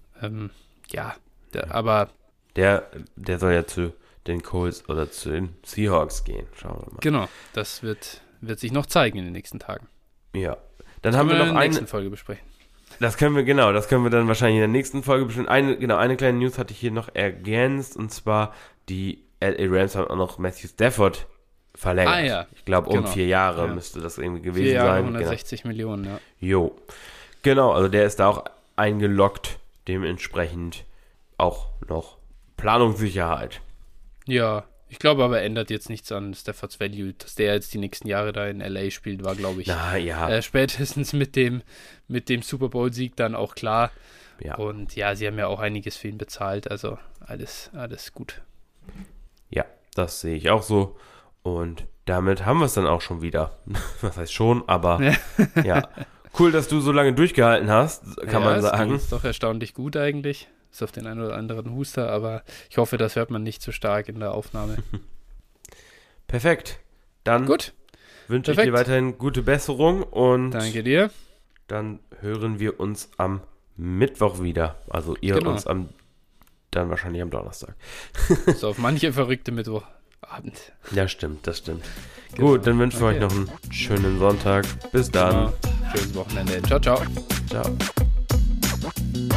Aber der soll ja zu den Colts oder zu den Seahawks gehen. Schauen wir mal. Genau, das wird sich noch zeigen in den nächsten Tagen. Ja. Dann haben wir noch in der nächsten Folge besprechen. Das können wir dann wahrscheinlich in der nächsten Folge besprechen. Eine kleine News hatte ich hier noch ergänzt, und zwar die LA Rams haben auch noch Matthew Stafford verlängert. Ich glaube, um 4 Jahre müsste das irgendwie gewesen 4 Jahre, sein. 160 Millionen, ja. Jo. Genau, also der ist da auch eingeloggt, dementsprechend auch noch Planungssicherheit. Ja, ich glaube aber, ändert jetzt nichts an Staffords Value, dass der jetzt die nächsten Jahre da in LA spielt, war, glaube ich, spätestens mit dem Super Bowl-Sieg dann auch klar. Ja. Und sie haben ja auch einiges für ihn bezahlt, also alles gut. Ja, das sehe ich auch so. Und damit haben wir es dann auch schon wieder. Was heißt schon, aber ja. Cool, dass du so lange durchgehalten hast, kann man sagen. Das ist doch erstaunlich gut eigentlich. Ist auf den einen oder anderen Huster, aber ich hoffe, das hört man nicht so stark in der Aufnahme. Perfekt. Dann wünsche ich dir weiterhin gute Besserung und danke dir. Dann hören wir uns am Mittwoch wieder. Also ihr uns dann wahrscheinlich am Donnerstag. So auf manche verrückte Mittwochabend. Ja, stimmt, das stimmt. Genau. Gut, dann wünschen wir euch noch einen schönen Sonntag. Bis dann. Schönes Wochenende. Ciao, ciao. Ciao.